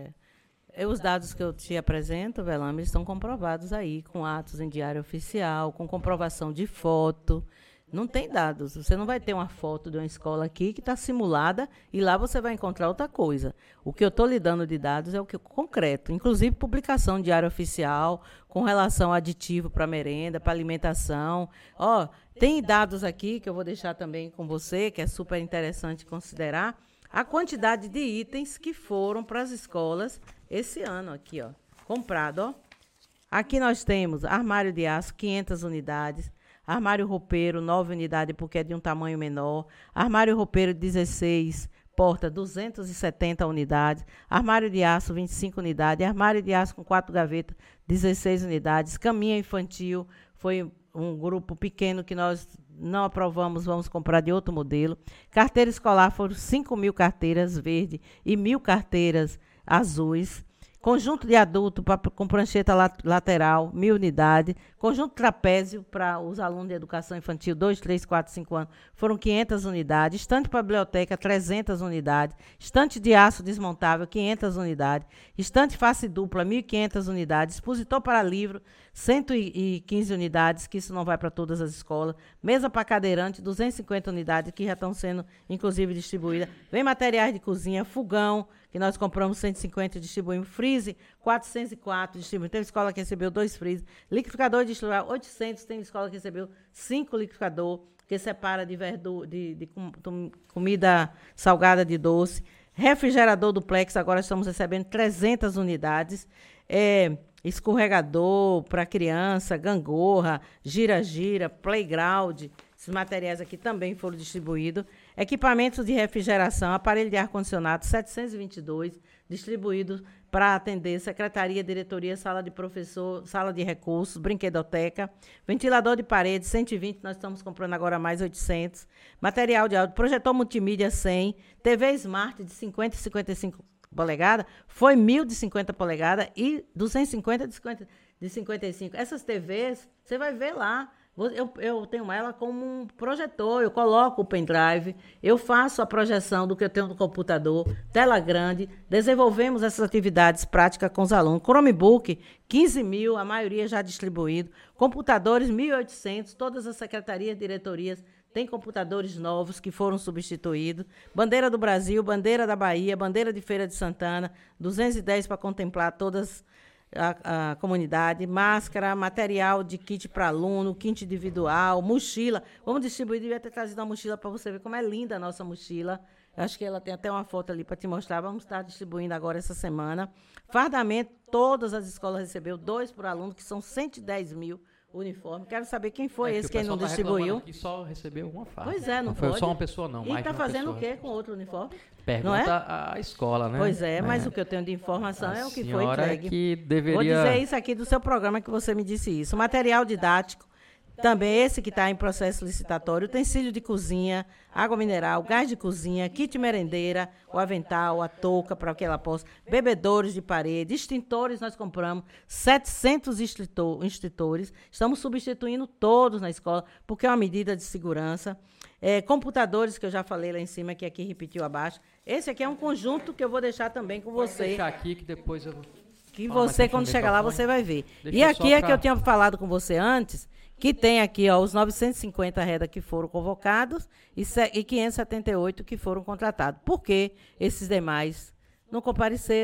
É. Os dados que eu te apresento, Velame, estão comprovados aí, com atos em diário oficial, com comprovação de foto. Não tem dados. Você não vai ter uma foto de uma escola aqui que está simulada e lá você vai encontrar outra coisa. O que eu estou lhe dando de dados é o que concreto. Inclusive, publicação em diário oficial, com relação a aditivo para merenda, para alimentação. Ó, tem dados aqui que eu vou deixar também com você, que é super interessante considerar. A quantidade de itens que foram para as escolas esse ano aqui, ó, comprado, ó. Aqui nós temos armário de aço, quinhentas unidades, armário roupeiro, nove unidades, porque é de um tamanho menor, armário roupeiro dezesseis, porta, duzentas e setenta unidades, armário de aço, vinte e cinco unidades, armário de aço com quatro gavetas, dezesseis unidades, caminha infantil, foi um grupo pequeno que nós não aprovamos, vamos comprar de outro modelo. Carteira escolar foram cinco mil carteiras verdes e mil carteiras azuis. Conjunto de adulto pra, com prancheta lat, lateral, mil unidades. Conjunto trapézio para os alunos de educação infantil, dois, três, quatro, cinco anos, foram quinhentas unidades. Estante para biblioteca, trezentas unidades. Estante de aço desmontável, quinhentas unidades. Estante face dupla, mil e quinhentas unidades. Expositor para livro, cento e quinze unidades, que isso não vai para todas as escolas. Mesa para cadeirante, duzentas e cinquenta unidades, que já estão sendo, inclusive, distribuídas. Vem materiais de cozinha, fogão, que nós compramos cento e cinquenta e distribuímos. Freezer, quatrocentos e quatro distribuímos. Tem escola que recebeu dois freezer. Liquidificador de distribuir, oitocentos. Tem escola que recebeu cinco liquidificador, que separa de, verdu, de, de com, com, comida salgada de doce. Refrigerador duplex, agora estamos recebendo trezentas unidades. É, escorregador para criança, gangorra, gira-gira, playground. Esses materiais aqui também foram distribuídos. Equipamentos de refrigeração, aparelho de ar-condicionado, setecentos e vinte e dois, distribuídos para atender secretaria, diretoria, sala de professor, sala de recursos, brinquedoteca. Ventilador de parede, cento e vinte, nós estamos comprando agora mais oitocentos. Material de áudio, projetor multimídia, cem. T V Smart de cinquenta e cinquenta e cinco polegadas, foi mil de cinquenta polegadas e duzentos e cinquenta de, cinquenta, de cinquenta e cinco. Essas T Vs, você vai ver lá. Eu, eu tenho ela como um projetor, eu coloco o pendrive, eu faço a projeção do que eu tenho no computador, tela grande, desenvolvemos essas atividades práticas com os alunos. Chromebook, quinze mil, a maioria já distribuído. Computadores, mil e oitocentos, todas as secretarias, diretorias têm computadores novos que foram substituídos. Bandeira do Brasil, bandeira da Bahia, bandeira de Feira de Santana, duzentos e dez para contemplar todas A, a comunidade, máscara, material de kit para aluno, kit individual, mochila. Vamos distribuir, devia ter trazido uma mochila para você ver como é linda a nossa mochila. Acho que ela tem até uma foto ali para te mostrar. Vamos estar distribuindo agora essa semana. Fardamento, todas as escolas receberam dois por aluno, que são cento e dez mil uniformes. Quero saber quem foi é esse que não tá distribuiu. Que só recebeu uma farda. Pois é, não, não foi pode. Só uma pessoa, não. E está fazendo o quê com outro uniforme? Pergunta não é? A escola, né? Pois é, mas é. O que eu tenho de informação a é o que foi entregue. Que deveria... Vou dizer isso aqui do seu programa que você me disse isso. Material didático, também esse que está em processo licitatório, utensílio de cozinha, água mineral, gás de cozinha, kit merendeira, o avental, a touca para que ela possa, bebedouros de parede, extintores nós compramos, setecentos extintores, estamos substituindo todos na escola, porque é uma medida de segurança. É, computadores, que eu já falei lá em cima, que aqui repetiu abaixo. Esse aqui é um conjunto que eu vou deixar também com você. Vou deixar aqui que depois eu vou... Que você, quando chegar lá, você vai ver. Deixa e aqui é pra... que eu tinha falado com você antes, que tem aqui ó, os novecentos e cinquenta reda que foram convocados e, e quinhentos e setenta e oito que foram contratados. Por que esses demais não compareceram?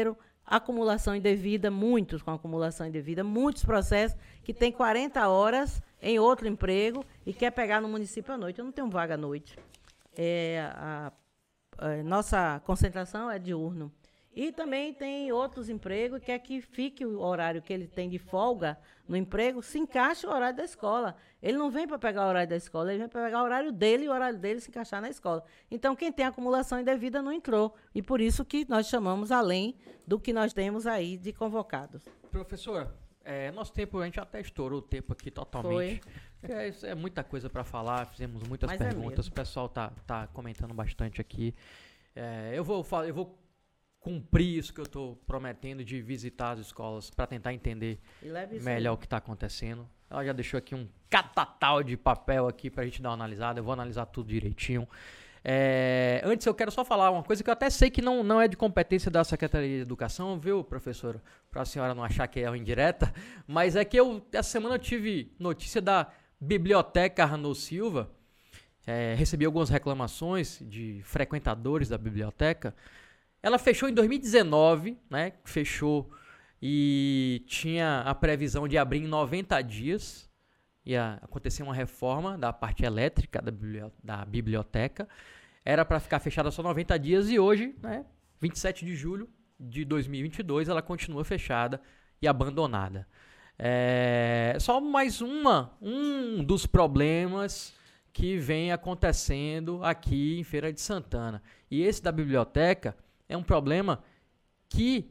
acumulação indevida, muitos com acumulação indevida, muitos processos que tem quarenta horas em outro emprego e quer pegar no município à noite. Eu não tenho vaga à noite. É, a, a nossa concentração é diurno. E também tem outros empregos que é que fique o horário que ele tem de folga no emprego, se encaixa o horário da escola. Ele não vem para pegar o horário da escola, ele vem para pegar o horário dele e o horário dele se encaixar na escola. Então, quem tem acumulação indevida não entrou. E por isso que nós chamamos além do que nós temos aí de convocados. Professora, é, nosso tempo, a gente até estourou o tempo aqui totalmente. Foi. É, isso é muita coisa para falar, fizemos muitas Mas perguntas, é o pessoal tá, tá comentando bastante aqui. É, eu vou falar, eu vou cumprir isso que eu estou prometendo de visitar as escolas para tentar entender melhor o que está acontecendo. Ela já deixou aqui um catatal de papel aqui para a gente dar uma analisada. Eu vou analisar tudo direitinho. É, antes eu quero só falar uma coisa que eu até sei que não, não é de competência da Secretaria de Educação, viu, professora? Para a senhora não achar que é uma indireta, mas é que eu, essa semana eu tive notícia da Biblioteca Arnaud Silva. É, recebi algumas reclamações de frequentadores da biblioteca. Ela fechou em dois mil e dezenove, né? Fechou e tinha a previsão de abrir em noventa dias. Ia acontecer uma reforma da parte elétrica da, da biblioteca. Era para ficar fechada só noventa dias e hoje, né, vinte e sete de julho de dois mil e vinte e dois, ela continua fechada e abandonada. É só mais uma, um dos problemas que vem acontecendo aqui em Feira de Santana. E esse da biblioteca é um problema que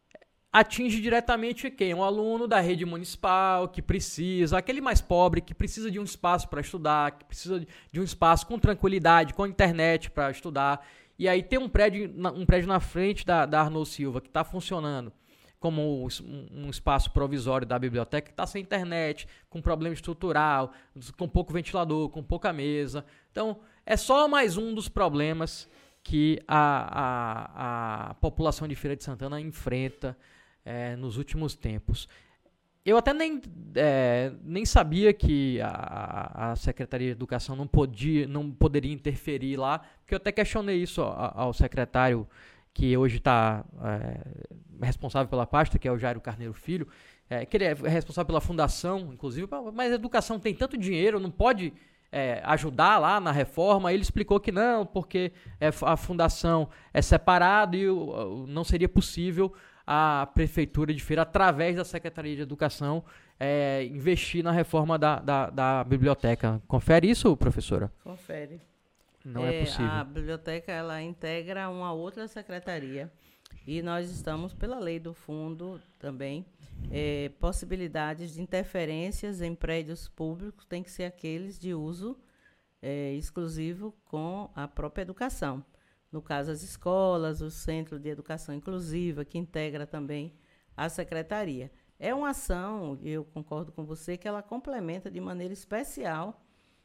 atinge diretamente quem? Um aluno da rede municipal que precisa, aquele mais pobre que precisa de um espaço para estudar, que precisa de um espaço com tranquilidade, com internet para estudar. E aí tem um prédio, um prédio na frente da, da Arnaud Silva que está funcionando como um, um espaço provisório da biblioteca, que está sem internet, com problema estrutural, com pouco ventilador, com pouca mesa. Então, é só mais um dos problemas que a, a, a população de Feira de Santana enfrenta é, nos últimos tempos. Eu até nem, é, nem sabia que a, a Secretaria de Educação não, podia, não poderia interferir lá, porque eu até questionei isso ao, ao secretário que hoje está é, responsável pela pasta, que é o Jairo Carneiro Filho, é, que ele é responsável pela fundação, inclusive, mas a educação tem tanto dinheiro, não pode... É, ajudar lá na reforma. Ele explicou que não, porque é, a fundação é separada e o, não seria possível a Prefeitura de Feira, através da Secretaria de Educação, é, investir na reforma da, da, da biblioteca. Confere isso, professora? Confere. Não é, é possível. A biblioteca ela integra uma outra secretaria e nós estamos, pela lei do fundo também, É, possibilidades de interferências em prédios públicos tem que ser aqueles de uso é, exclusivo com a própria educação. No caso, as escolas, o Centro de Educação Inclusiva, que integra também a secretaria. É uma ação, eu concordo com você, que ela complementa de maneira especial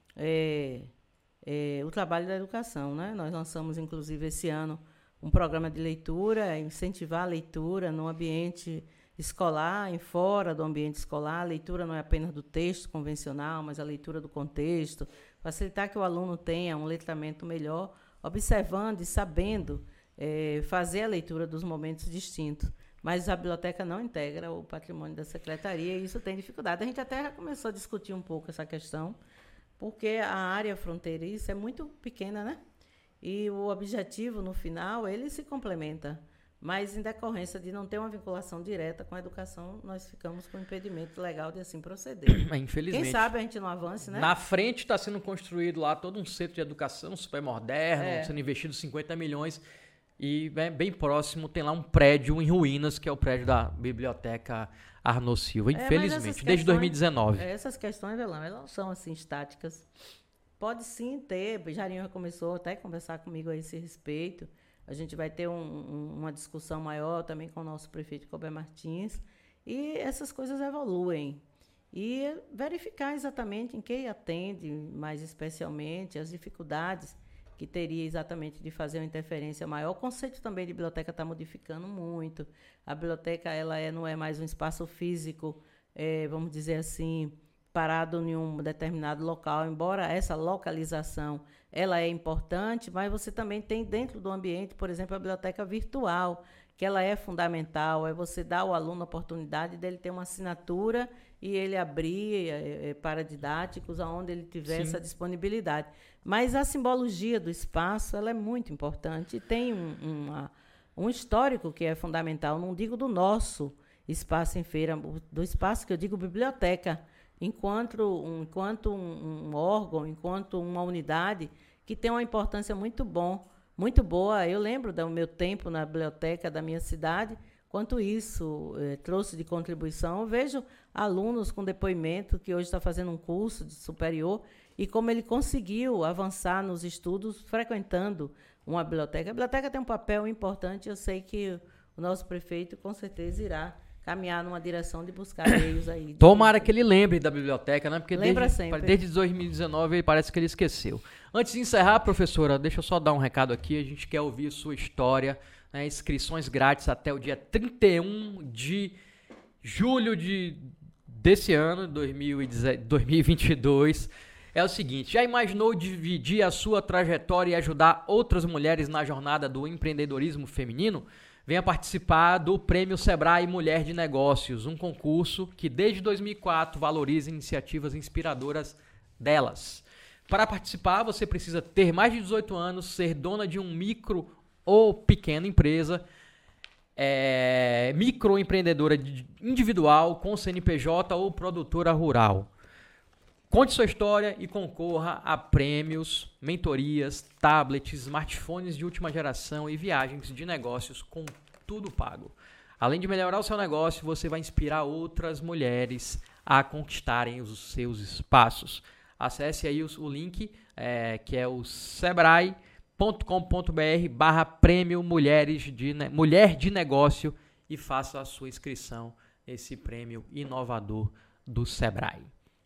é, é, o trabalho da educação, né? Nós lançamos, inclusive, esse ano, um programa de leitura, incentivar a leitura no ambiente escolar, em fora do ambiente escolar. A leitura não é apenas do texto convencional, mas a leitura do contexto, facilitar que o aluno tenha um letramento melhor, observando e sabendo é, fazer a leitura dos momentos distintos. Mas a biblioteca não integra o patrimônio da secretaria e isso tem dificuldade. A gente até já começou a discutir um pouco essa questão, porque a área fronteiriça é muito pequena, né? E o objetivo, no final, ele se complementa. Mas, em decorrência de não ter uma vinculação direta com a educação, nós ficamos com impedimento legal de assim proceder. Infelizmente. Quem sabe a gente não avance, né? Na frente está sendo construído lá todo um centro de educação super moderno, É. sendo investido cinquenta milhões. E bem, bem próximo tem lá um prédio em ruínas, que é o prédio da Biblioteca Arnaud Silva. Infelizmente, É, desde dois mil e dezenove. É, essas questões, Velão, elas não são assim estáticas. Pode sim ter, Jairinho já começou até a conversar comigo a esse respeito. A gente vai ter um, um, uma discussão maior também com o nosso prefeito Colbert Martins. E essas coisas evoluem. E verificar exatamente em quem atende, mais especialmente, as dificuldades que teria exatamente de fazer uma interferência maior. O conceito também de biblioteca está modificando muito. A biblioteca ela é, não é mais um espaço físico, é, vamos dizer assim, parado em um determinado local, embora essa localização ela é importante, mas você também tem dentro do ambiente, por exemplo, a biblioteca virtual, que ela é fundamental, é você dar ao aluno a oportunidade dele ter uma assinatura e ele abrir é, é, para didáticos aonde ele tiver Sim. essa disponibilidade. Mas a simbologia do espaço ela é muito importante e tem um, uma, um histórico que é fundamental, não digo do nosso espaço em feira, do espaço que eu digo biblioteca, enquanto, um, enquanto um, um órgão, enquanto uma unidade que tem uma importância muito bom, muito boa. Eu lembro do meu tempo na biblioteca da minha cidade, quanto isso eh, trouxe de contribuição. Eu vejo alunos com depoimento que hoje está fazendo um curso de superior e como ele conseguiu avançar nos estudos frequentando uma biblioteca. A biblioteca tem um papel importante, eu sei que o nosso prefeito com certeza irá caminhar numa direção de buscar meios aí. Tomara que ele lembre da biblioteca, né? Porque Lembra desde, sempre. desde dois mil e dezenove ele parece que ele esqueceu. Antes de encerrar, professora, deixa eu só dar um recado aqui. A gente quer ouvir sua história, né? Inscrições grátis até o dia trinta e um de julho de, desse ano, dois mil e vinte e dois. É o seguinte, já imaginou dividir a sua trajetória e ajudar outras mulheres na jornada do empreendedorismo feminino? Venha participar do Prêmio Sebrae Mulher de Negócios, um concurso que desde dois mil e quatro valoriza iniciativas inspiradoras delas. Para participar, você precisa ter mais de dezoito anos, ser dona de um micro ou pequena empresa, é, microempreendedora individual com C N P J ou produtora rural. Conte sua história e concorra a prêmios, mentorias, tablets, smartphones de última geração e viagens de negócios com tudo pago. Além de melhorar o seu negócio, você vai inspirar outras mulheres a conquistarem os seus espaços. Acesse aí o, o link, é, que é o sebrae ponto com ponto br barra prêmio mulheres de, mulher de negócio e faça a sua inscrição nesse prêmio inovador do Sebrae.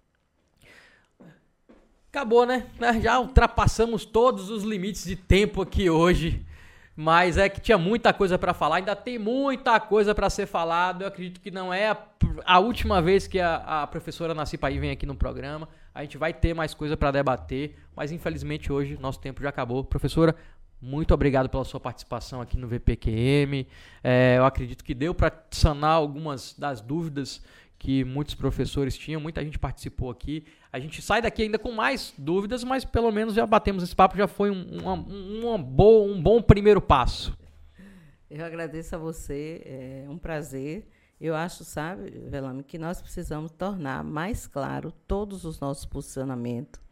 Acabou, né? Já ultrapassamos todos os limites de tempo aqui hoje, mas é que tinha muita coisa para falar, ainda tem muita coisa para ser falado. Eu acredito que não é a, a última vez que a, a professora Nacipaí vem aqui no programa. A gente vai ter mais coisa para debater, mas infelizmente hoje nosso tempo já acabou. Professora, muito obrigado pela sua participação aqui no V P Q M. É, eu acredito que deu para sanar algumas das dúvidas que muitos professores tinham, muita gente participou aqui. A gente sai daqui ainda com mais dúvidas, mas pelo menos já batemos esse papo, já foi um, uma, uma boa, um bom primeiro passo. Eu agradeço a você, é um prazer. Eu acho, sabe, Velame, que nós precisamos tornar mais claro todos os nossos posicionamentos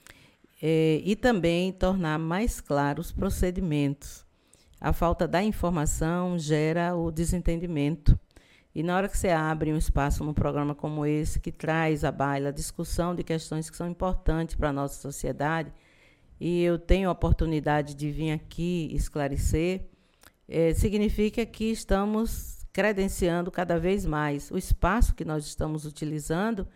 é, e também tornar mais claros os procedimentos. A falta da informação gera o desentendimento. E na hora que você abre um espaço num programa como esse, que traz à baila a discussão de questões que são importantes para a nossa sociedade, e eu tenho a oportunidade de vir aqui esclarecer, é, significa que estamos credenciando cada vez mais o espaço que nós estamos utilizando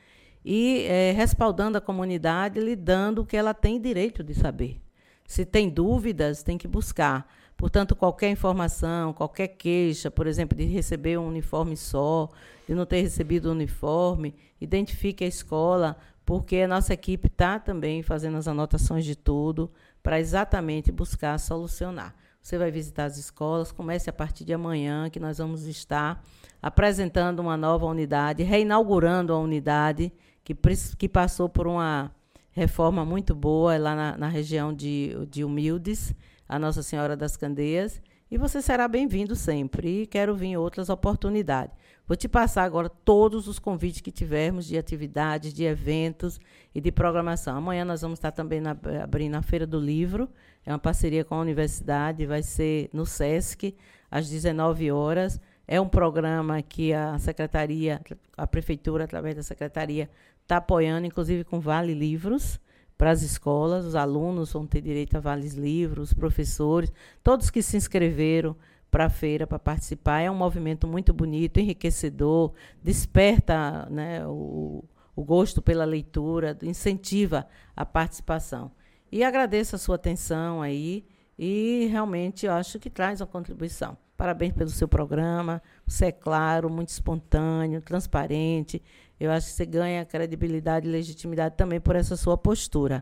e é, respaldando a comunidade, lhe dando o que ela tem direito de saber. Se tem dúvidas, tem que buscar. Portanto, qualquer informação, qualquer queixa, por exemplo, de receber um uniforme só, de não ter recebido o uniforme, identifique a escola, porque a nossa equipe está também fazendo as anotações de tudo para exatamente buscar solucionar. Você vai visitar as escolas, comece a partir de amanhã, que nós vamos estar apresentando uma nova unidade, reinaugurando a unidade que, que passou por uma reforma muito boa lá na, na região de, de Humildes, a Nossa Senhora das Candeias, e você será bem-vindo sempre, e quero vir em outras oportunidades. Vou te passar agora todos os convites que tivermos de atividades, de eventos e de programação. Amanhã nós vamos estar também na, abrindo a Feira do Livro, é uma parceria com a universidade, vai ser no SESC, às dezenove horas. É um programa que a Secretaria, a Prefeitura, através da Secretaria, está apoiando, inclusive com Vale Livros, para as escolas. Os alunos vão ter direito a vales livros, os professores, todos que se inscreveram para a feira, para participar. É um movimento muito bonito, enriquecedor, desperta, né, o, o gosto pela leitura, incentiva a participação. E agradeço a sua atenção aí e realmente eu acho que traz uma contribuição. Parabéns pelo seu programa, você é claro, muito espontâneo, transparente. Eu acho que você ganha credibilidade e legitimidade também por essa sua postura.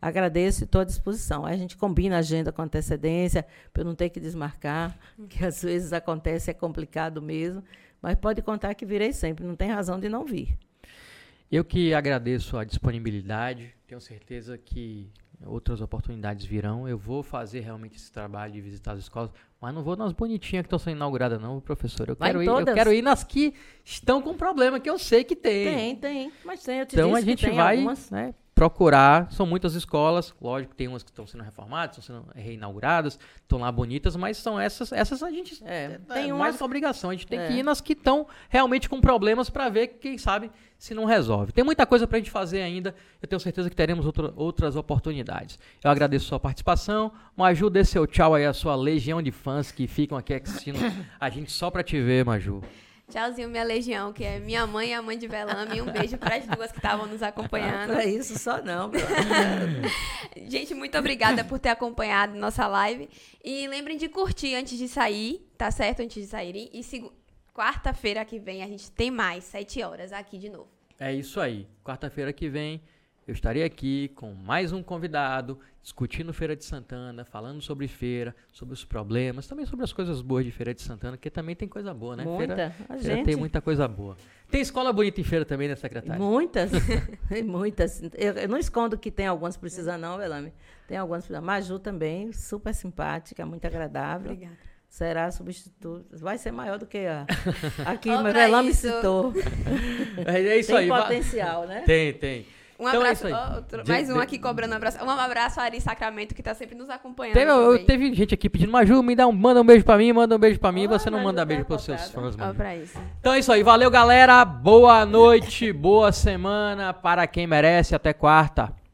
agradeço e estou à disposição. Aí a gente combina a agenda com antecedência, para eu não ter que desmarcar, que às vezes acontece, é complicado mesmo, mas pode contar que virei sempre, não tem razão de não vir. Eu que agradeço a disponibilidade, tenho certeza que outras oportunidades virão. Eu vou fazer realmente esse trabalho de visitar as escolas, mas não vou nas bonitinhas que estão sendo inauguradas não, professor. Eu quero, ir, eu quero ir nas que estão com problema, que eu sei que tem. Tem, tem, mas tem, eu te Então disse a gente que tem vai, algumas. né, procurar, são muitas escolas, lógico, tem umas que estão sendo reformadas, estão sendo reinauguradas, estão lá bonitas, mas são essas, essas a gente É, é, tem é umas- mais que obrigação, a gente tem É. que ir nas que estão realmente com problemas para ver, quem sabe, se não resolve. Tem muita coisa para a gente fazer ainda, eu tenho certeza que teremos outra, outras oportunidades. Eu agradeço a sua participação, Maju, dê seu tchau aí à sua legião de fãs que ficam aqui assistindo a gente só para te ver, Maju. Tchauzinho, minha legião, que é minha mãe e a mãe de Velame. E um beijo para as duas que estavam nos acompanhando. Não é isso só não, meu. Gente, muito obrigada por ter acompanhado nossa live. E lembrem de curtir antes de sair, tá certo? Antes de saírem. E segu- quarta-feira que vem a gente tem mais, sete horas, aqui de novo. É isso aí. Quarta-feira que vem eu estarei aqui com mais um convidado, discutindo Feira de Santana, falando sobre feira, sobre os problemas, também sobre as coisas boas de Feira de Santana, que também tem coisa boa, né? Muita. Feira, A feira gente- tem muita coisa boa. Tem escola bonita em feira também, né, secretária? Muitas, muitas. Eu, eu não escondo que tem algumas precisando não, Velame. Tem algumas precisando. Maju também, super simpática, muito agradável. Obrigada. Será substituto. Vai ser maior do que a. Aqui, Ó, o pra Velame isso. citou. É, é isso Tem aí. va- potencial, né? Tem, tem. Um Então é abraço, isso aí. ó, outro- De- mais um de- aqui cobrando um abraço. Um abraço a Ari Sacramento, que tá sempre nos acompanhando. Teve, eu- também. teve gente aqui pedindo, Maju, me dá um, manda um beijo pra mim, manda um beijo pra mim, Ó, você não Maju manda tá beijo pros seus focada. fãs, Ó, mano. pra isso. Então é isso aí, valeu galera, boa noite, boa semana para quem merece, até quarta.